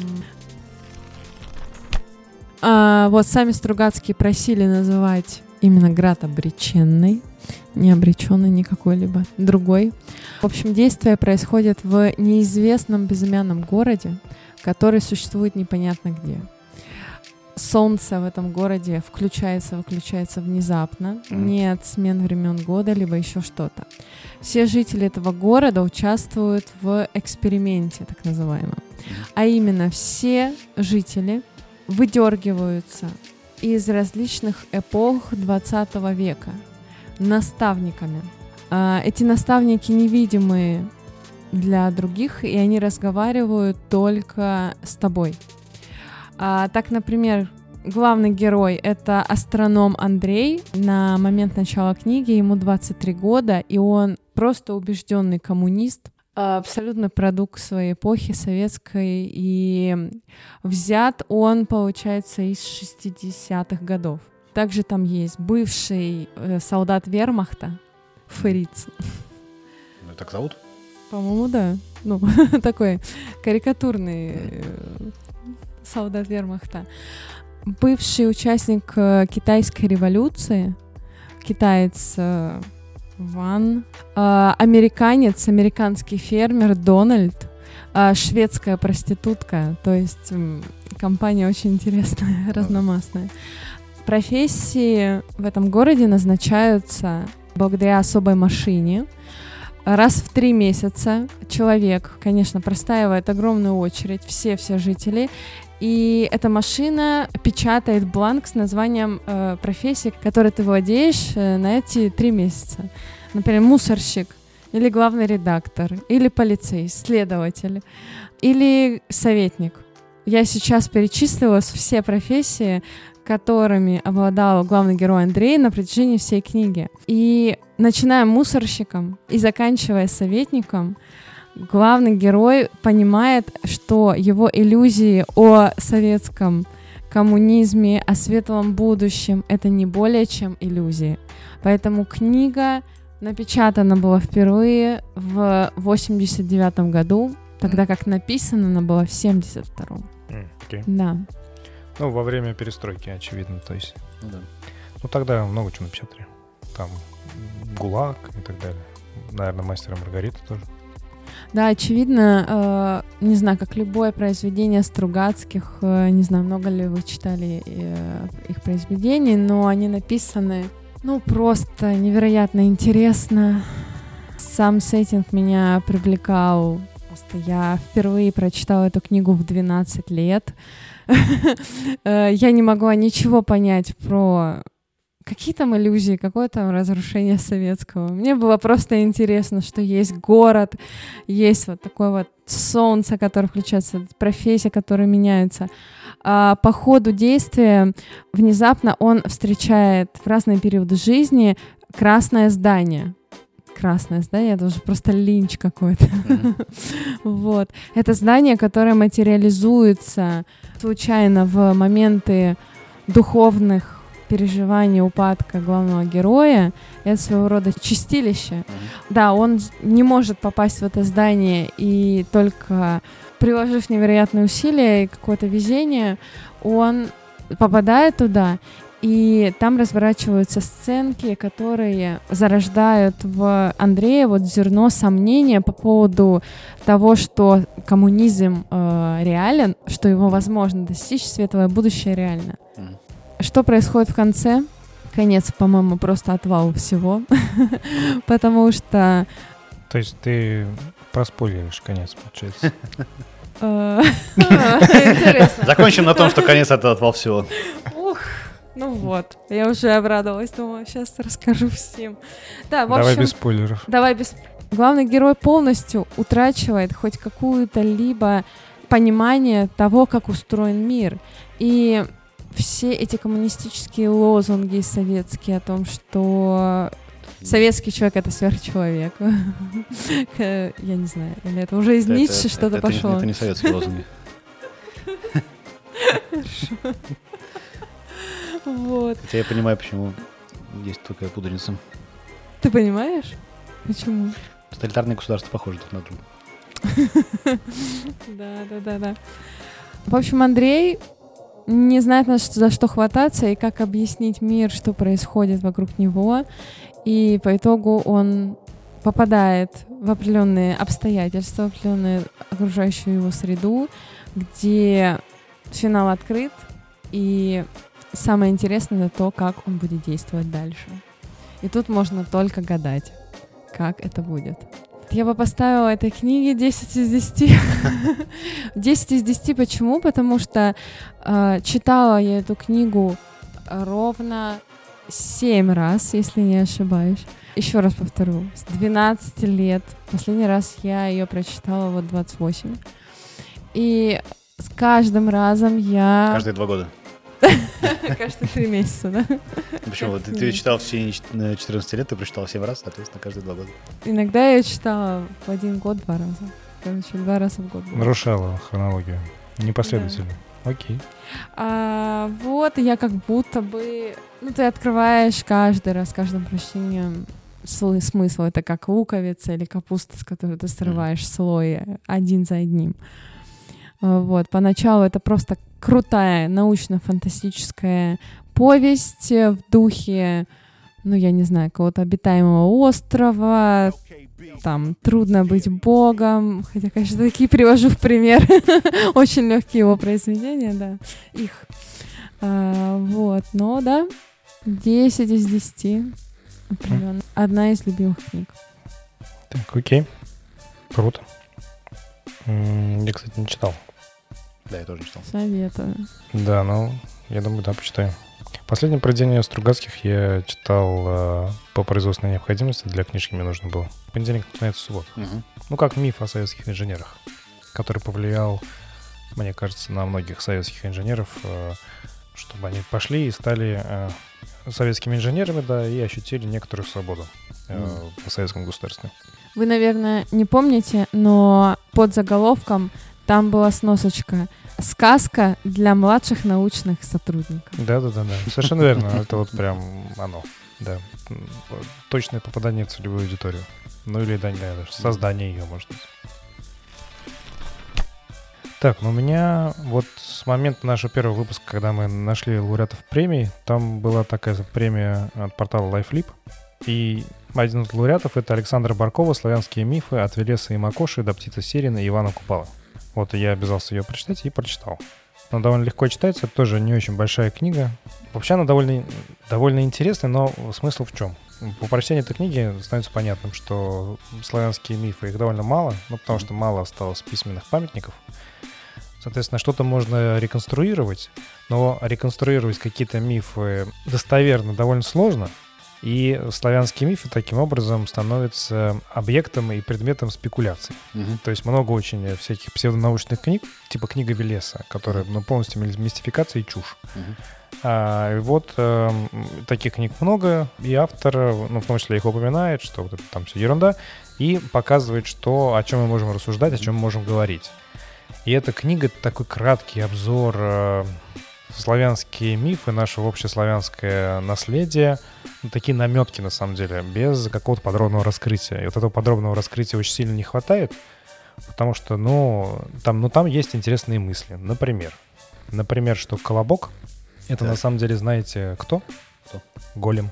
а, вот сами Стругацкие просили называть именно «Град обреченный», не обреченный ни какой-либо другой. В общем, действие происходит в неизвестном безымянном городе, который существует непонятно где. Солнце в этом городе включается, выключается внезапно. Мгм. Нет смен времен года, либо еще что-то. Все жители этого города участвуют в эксперименте, так называемом. А именно, все жители выдергиваются из различных эпох двадцатого века наставниками. А, Эти наставники невидимые для других, и они разговаривают только с тобой. А, так, например, главный герой — это астроном Андрей. На момент начала книги ему двадцать три года, и он просто убежденный коммунист, а, абсолютно продукт своей эпохи советской, и взят он, получается, из шестидесятых годов. Также там есть бывший э, солдат вермахта Фриц. Ну, так зовут? По-моему, да. Ну, такой карикатурный э, солдат вермахта. Бывший участник э, китайской революции, китаец э, Ван, э, американец, американский фермер Дональд, э, шведская проститутка, то есть м, компания очень интересная, разномастная. Профессии в этом городе назначаются благодаря особой машине. Раз в три месяца человек, конечно, простаивает огромную очередь, все-все жители, и эта машина печатает бланк с названием э, профессии, которой ты владеешь э, на эти три месяца. Например, мусорщик, или главный редактор, или полицейский, следователь, или советник. Я сейчас перечислила все профессии, которыми обладал главный герой Андрей на протяжении всей книги. И начиная мусорщиком и заканчивая советником, главный герой понимает, что его иллюзии о советском коммунизме, о светлом будущем — это не более чем иллюзии. Поэтому книга напечатана была впервые в восемьдесят девятом году, тогда как написана она была в семьдесят втором. М, окей. Да. Ну, во время перестройки, очевидно, то есть. Ну, да. Ну, тогда много чего напечатали. Там ГУЛАГ и так далее. Наверное, «Мастер и Маргарита» тоже. Да, очевидно, э, не знаю, как любое произведение Стругацких, э, не знаю, много ли вы читали э, их произведений, но они написаны, ну, просто невероятно интересно. Сам сеттинг меня привлекал. Просто я впервые прочитала эту книгу в двенадцать лет. Я не могла ничего понять про какие там иллюзии, какое там разрушение советского. Мне было просто интересно, что есть город, есть вот такое вот солнце, которое включается, профессия, которая меняется. А по ходу действия внезапно он встречает в разные периоды жизни красное здание. Красное здание, это уже просто линч какой-то. Mm-hmm. Вот. Это здание, которое материализуется случайно в моменты духовных переживаний, упадка главного героя. Это своего рода чистилище. Mm-hmm. Да, он не может попасть в это здание, и только приложив невероятные усилия и какое-то везение, он попадает туда. И там разворачиваются сценки, которые зарождают в Андрее вот зерно сомнения по поводу того, что коммунизм э, реален, что его возможно достичь, светлое будущее реально. Mm. Что происходит в конце? Конец, по-моему, просто отвал всего, потому что... То есть ты проспойлеришь конец, получается? Интересно. Закончим на том, что конец — это отвал всего. Ух, ну вот, я уже обрадовалась, думаю, сейчас расскажу всем. Да, в Давай общем, без спойлеров. Давай без... Главный герой полностью утрачивает хоть какую-то либо понимание того, как устроен мир. И все эти коммунистические лозунги советские о том, что советский человек — это сверхчеловек. Я не знаю, или это уже из Ницше что-то пошло. Это не советские лозунги. Хорошо. Вот. Хотя я понимаю, почему есть такая путаница. Ты понимаешь? Почему? Тоталитарные государства похожи друг на друга. Да, да, да, да. В общем, Андрей не знает, за что хвататься и как объяснить мир, что происходит вокруг него. И по итогу он попадает в определенные обстоятельства, в определенную окружающую его среду, где финал открыт, и самое интересное — это то, как он будет действовать дальше. И тут можно только гадать, как это будет. Я бы поставила этой книге десять из десяти. десять из десяти почему? Потому что э, читала я эту книгу ровно семь раз, если не ошибаюсь. Еще раз повторю, с двенадцати лет. Последний раз я ее прочитала вот двадцать восемь. И с каждым разом я... Каждые два года. Каждые три месяца, да? Почему? Ты, ты читал в течение четырнадцати лет, ты прочитал семь раз, соответственно, каждые два года. Иногда я читала в один год два раза. Короче, два раза в год. Было. Нарушала хронологию. Непоследовательно. Да. Окей. А, вот, я как будто бы... Ну, ты открываешь каждый раз, каждым прочтением смысл. Это как луковица или капуста, с которой ты срываешь mm. слой один за одним. Вот, поначалу это просто крутая научно-фантастическая повесть в духе, ну, я не знаю, какого-то обитаемого острова, там, трудно быть богом, хотя, конечно, такие привожу в пример, очень легкие его произведения, да, их, а, вот, но, да, десять из десяти, определенно, одна из любимых книг. Так, окей, круто. Я, кстати, не читал. Да, я тоже не читал. Советую. Да, ну, я думаю, да, почитаю. Последнее произведение Стругацких я читал э, по производственной необходимости, для книжки мне нужно было. В понедельник начинается суббота. Угу. Ну, как миф о советских инженерах, который повлиял, мне кажется, на многих советских инженеров, э, чтобы они пошли и стали э, советскими инженерами, да, и ощутили некоторую свободу э, угу. в советском государстве. Вы, наверное, не помните, но под заголовком там была сносочка «Сказка для младших научных сотрудников». Да-да-да, совершенно верно. Это вот прям оно. Да. Точное попадание в целевую аудиторию. Ну или, да, даже создание ее, может быть. Так, ну у меня вот с момента нашего первого выпуска, когда мы нашли лауреатов премии, там была такая премия от портала LifeLib. И один из лауреатов — это Александра Баркова «Славянские мифы от Велеса и Макоши до птицы Сирины и Ивана Купала». Вот, и я обязался ее прочитать и прочитал. Она довольно легко читается, это тоже не очень большая книга. Вообще она довольно, довольно интересная, но смысл в чем? По прочтению этой книги становится понятным, что славянские мифы, их довольно мало, ну, потому что мало осталось письменных памятников. Соответственно, что-то можно реконструировать, но реконструировать какие-то мифы достоверно довольно сложно. И славянские мифы таким образом становятся объектом и предметом спекуляций. Uh-huh. То есть много очень всяких псевдонаучных книг, типа книга Велеса, которая ну, полностью мистификация и чушь. Uh-huh. А, и вот э, таких книг много, и автор, ну, в том числе их упоминает, что вот это там все ерунда, и показывает, что, о чем мы можем рассуждать, uh-huh. о чем мы можем говорить. И эта книга — это такой краткий обзор э, славянские мифы, наше общеславянское наследие, ну, такие наметки, на самом деле, без какого-то подробного раскрытия. И вот этого подробного раскрытия очень сильно не хватает, потому что, ну, там, ну, там есть интересные мысли. Например, например, что Колобок — это, так. на самом деле, знаете, кто? Кто? Голем.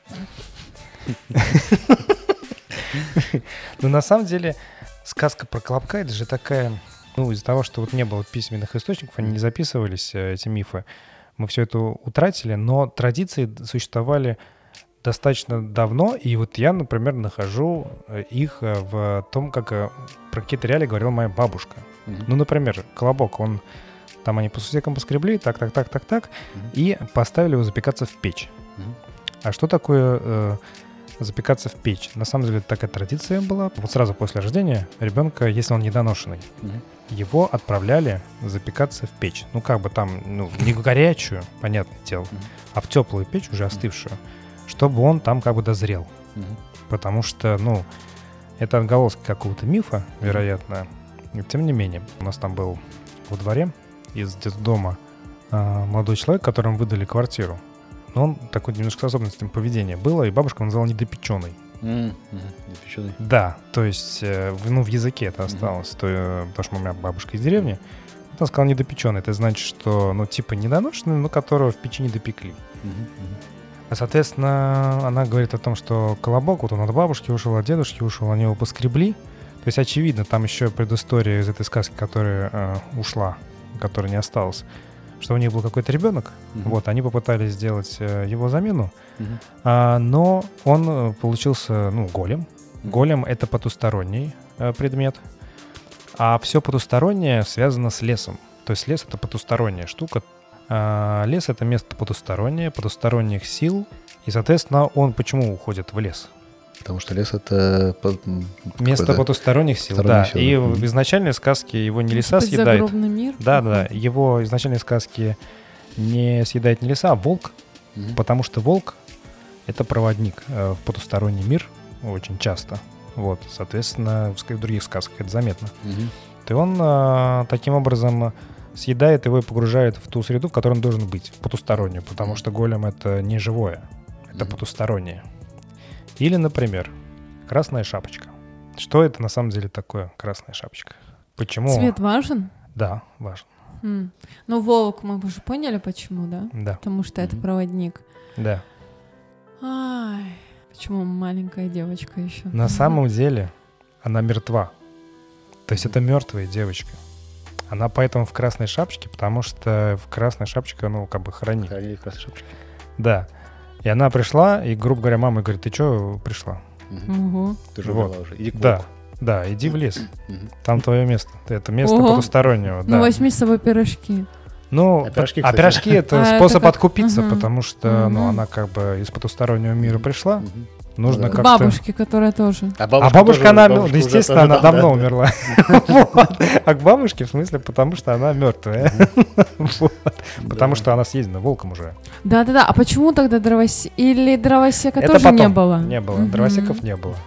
Но на самом деле сказка про Колобка — это же такая... Ну, из-за того, что вот не было письменных источников, они не записывались, эти мифы, мы все это утратили, но традиции существовали достаточно давно, и вот я, например, нахожу их в том, как про какие-то реалии говорила моя бабушка. Mm-hmm. Ну, например, колобок, он там они по сусекам поскребли, так, так, так, так, так, mm-hmm. и поставили его запекаться в печь. Mm-hmm. А что такое э, запекаться в печь? На самом деле такая традиция была. Вот сразу после рождения ребенка, если он недоношенный, mm-hmm. его отправляли запекаться в печь. Ну, как бы там, ну, не горячую, понятное дело, mm-hmm. а в теплую печь, уже остывшую, чтобы он там как бы дозрел. Mm-hmm. Потому что, ну, это отголоски какого-то мифа, вероятно. И тем не менее, у нас там был во дворе из детдома э, молодой человек, которому выдали квартиру. Но он такой немножко с особенностями поведения было, и бабушка называла недопеченный. Mm-hmm. Недопеченный. Да, то есть, э, в, ну, в языке это осталось, mm-hmm. то, э, потому что у меня бабушка из деревни. Он сказал недопеченный. Это значит, что, ну, типа недоношенный, но которого в печи не допекли. Mm-hmm. Соответственно, она говорит о том, что колобок, вот он от бабушки ушел, от дедушки ушел, они его поскребли. То есть, очевидно, там еще предыстория из этой сказки, которая э, ушла, которая не осталась, что у них был какой-то ребенок, uh-huh. вот, они попытались сделать э, его замену, uh-huh. а, но он получился, ну, голем. Uh-huh. Голем — это потусторонний э, предмет, а все потустороннее связано с лесом. То есть лес — это потусторонняя штука. А лес — это место потустороннее, потусторонних сил, и, соответственно, он почему уходит в лес? Потому что лес — это... Место потусторонних сил, да. Сил. И mm-hmm. в изначальной сказке его не леса съедают. Загробный мир. Да, да. Его изначальной сказки не съедает не леса, а волк. Mm-hmm. Потому что волк — это проводник в потусторонний мир очень часто. Вот, соответственно, в других сказках это заметно. Mm-hmm. И он а, таким образом съедает его и погружает в ту среду, в которой он должен быть, потустороннюю. Потому mm-hmm. что голем — это не живое, это mm-hmm. потустороннее. Или, например, красная шапочка. Что это на самом деле такое, красная шапочка? Почему? Цвет важен? Да, важен. Mm. Ну, волк, мы уже поняли, почему, да? Да. Потому что mm-hmm. это проводник. Да. Ай, почему маленькая девочка еще? На mm-hmm. самом деле она мертва. То есть это мертвая девочка. Она поэтому в красной шапочке, потому что в красной шапочке, ну, как бы хранит. Хранили в красной шапочке. Да. И она пришла, и, грубо говоря, мама говорит: ты что пришла? Угу. Ты же вот. уже. Иди к да, волку. Да, иди в лес. Там твое место. Это место Ого. потустороннего. Ну, да. возьми с собой пирожки. Ну, а пирожки, а пирожки это а способ это как... откупиться, угу. потому что угу. ну, она как бы из потустороннего мира пришла. Угу. Нужно да. как-то... Бабушке, которая тоже. А бабушка, а бабушка тоже, она, бабушка ну, естественно, она да, давно да. умерла. А к бабушке, в смысле, потому что она мертвая. Потому что она съедена волком уже. Да-да-да, а почему тогда дровосек? Или дровосека тоже не было? Не было, дровосеков не было.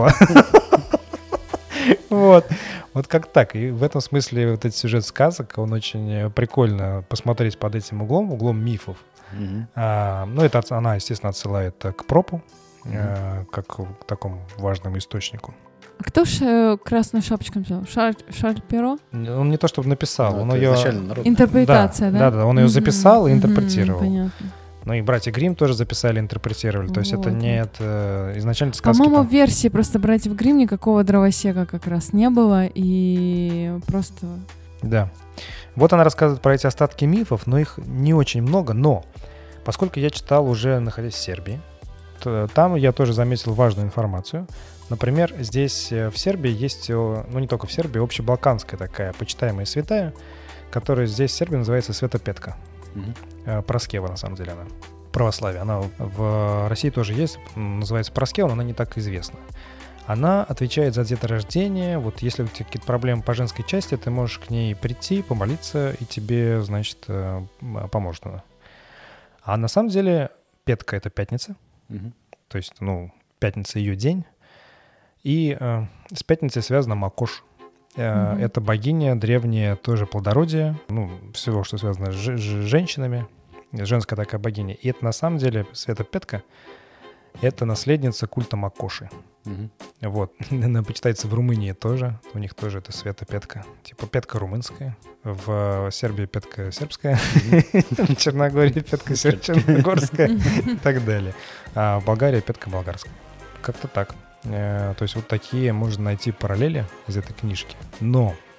Вот. Вот как так. И в этом смысле вот этот сюжет сказок, он очень прикольно посмотреть под этим углом, углом мифов. Ну, это она, естественно, отсылает к пропу, Mm-hmm. как к такому важному источнику. А кто же красную шапочку написал? Шарль, Шарль Перро? Он не то чтобы написал, он ее... Интерпретация, да? Да, да, он ее записал mm-hmm. и интерпретировал. Mm-hmm. Понятно. Ну и братья Гримм тоже записали, интерпретировали. То есть вот. Это не это, изначально сказки. По-моему, там... в версии просто братьев Гримм никакого дровосека как раз не было, и просто... Да. Вот она рассказывает про эти остатки мифов, но их не очень много, но поскольку я читал уже, находясь в Сербии, там я тоже заметил важную информацию. Например, здесь в Сербии есть, ну не только в Сербии, общебалканская такая почитаемая святая, которая здесь в Сербии называется Света Петка. Mm-hmm. Проскева, на самом деле, она. Православие. Она в России тоже есть, называется Проскева, но она не так известна. Она отвечает за деторождение. Вот если у тебя какие-то проблемы по женской части, ты можешь к ней прийти, помолиться, и тебе, значит, поможет она. А на самом деле Петка — это пятница. Uh-huh. То есть, ну, пятница — ее день. И э, с пятницей связана Макош. Э, uh-huh. Это богиня древняя, тоже плодородия, ну, всего, что связано с ж- ж- женщинами. Женская такая богиня. И это на самом деле Света Петка — это наследница культа Макоши. Uh-huh. Вот. Она почитается в Румынии тоже. У них тоже это Света Петка. Типа Петка румынская. В Сербии Петка сербская. В Черногории Петка черногорская. И так далее. А в Болгарии Петка болгарская. Как-то так. То есть вот такие можно найти параллели из этой книжки. Но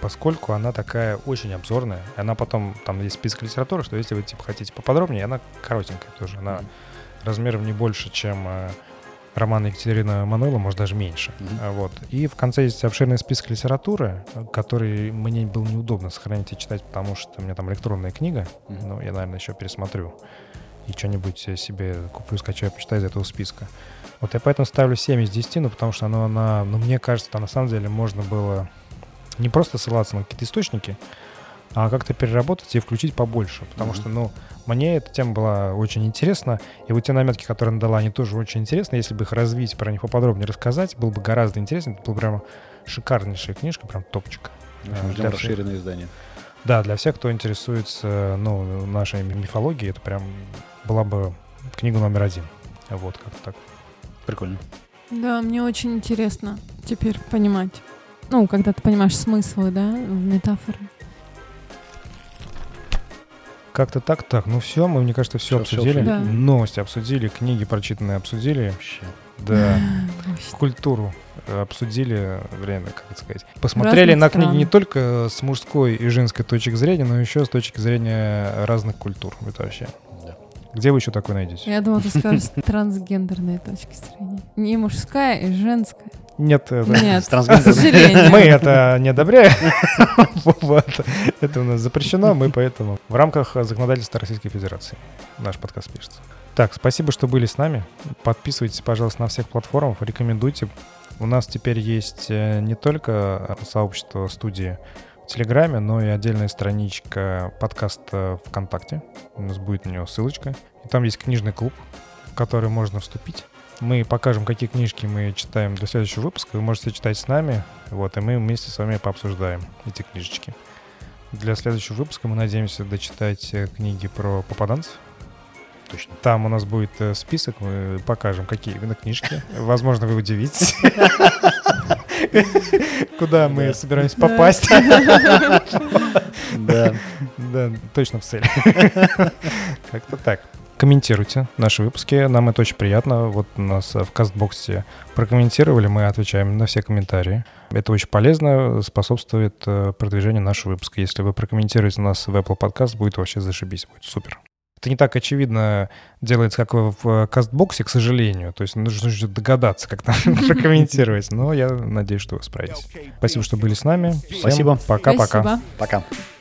поскольку она такая очень обзорная. И она потом, там есть список литературы, что если вы типа хотите поподробнее, она коротенькая тоже. Она mm-hmm. размером не больше, чем э, роман Екатерины Мануйловны, может, даже меньше. Mm-hmm. Вот. И в конце есть обширный список литературы, который мне было неудобно сохранить и читать, потому что у меня там электронная книга. Mm-hmm. Ну, я, наверное, еще пересмотрю. И что-нибудь себе куплю, скачаю, почитаю из этого списка. Вот я поэтому ставлю семь из десяти, ну, потому что оно, она, ну, мне кажется, там на самом деле можно было не просто ссылаться на какие-то источники, а как-то переработать и включить побольше. Потому mm-hmm. что, ну, мне эта тема была очень интересна. И вот те наметки, которые она дала, они тоже очень интересны. Если бы их развить, про них поподробнее рассказать, было бы гораздо интереснее. Это была прямо шикарнейшая книжка, прям топчик. Ждем расширенное издание. Да, для всех, кто интересуется, ну, нашей мифологией, это прям была бы книга номер один. Вот, как-то так. Прикольно. Да, мне очень интересно теперь понимать. Ну, когда ты понимаешь смыслы, да, метафоры. Как-то так, так. Ну все, мы, мне кажется, все, все обсудили. Все да. Новости обсудили, книги прочитанные обсудили. Вообще. Да. Культуру обсудили, время, как это сказать. Посмотрели на книги не только с мужской и женской точки зрения, но еще с точки зрения разных культур. Это вообще. Где вы еще такое найдете? Я думала, ты скажешь с трансгендерной точки зрения. Не мужская и женская. Нет, это... Нет, к сожалению. Мы это не одобряем. Это у нас запрещено, мы поэтому в рамках законодательства Российской Федерации наш подкаст пишется. Так, спасибо, что были с нами. Подписывайтесь, пожалуйста, на всех платформах, рекомендуйте. У нас теперь есть не только сообщество студии в Телеграме, но и отдельная страничка подкаста ВКонтакте. У нас будет на него ссылочка. И там есть книжный клуб, в который можно вступить. Мы покажем, какие книжки мы читаем для следующего выпуска. Вы можете читать с нами, вот, и мы вместе с вами пообсуждаем эти книжечки. Для следующего выпуска мы надеемся дочитать книги про попаданцев. Точно. Там у нас будет список, мы покажем, какие именно книжки. Возможно, вы удивитесь, куда мы собираемся попасть. Да, да, точно в цель. Как-то так. Комментируйте наши выпуски, нам это очень приятно. Вот у нас в Кастбоксе прокомментировали, мы отвечаем на все комментарии. Это очень полезно, способствует продвижению нашего выпуска. Если вы прокомментируете нас в Apple Podcast, будет вообще зашибись, будет супер. Это не так очевидно делается, как в Кастбоксе, к сожалению. То есть нужно догадаться, как там прокомментировать. Но я надеюсь, что вы справитесь. Спасибо, что были с нами. Всем Спасибо. Пока-пока. Пока.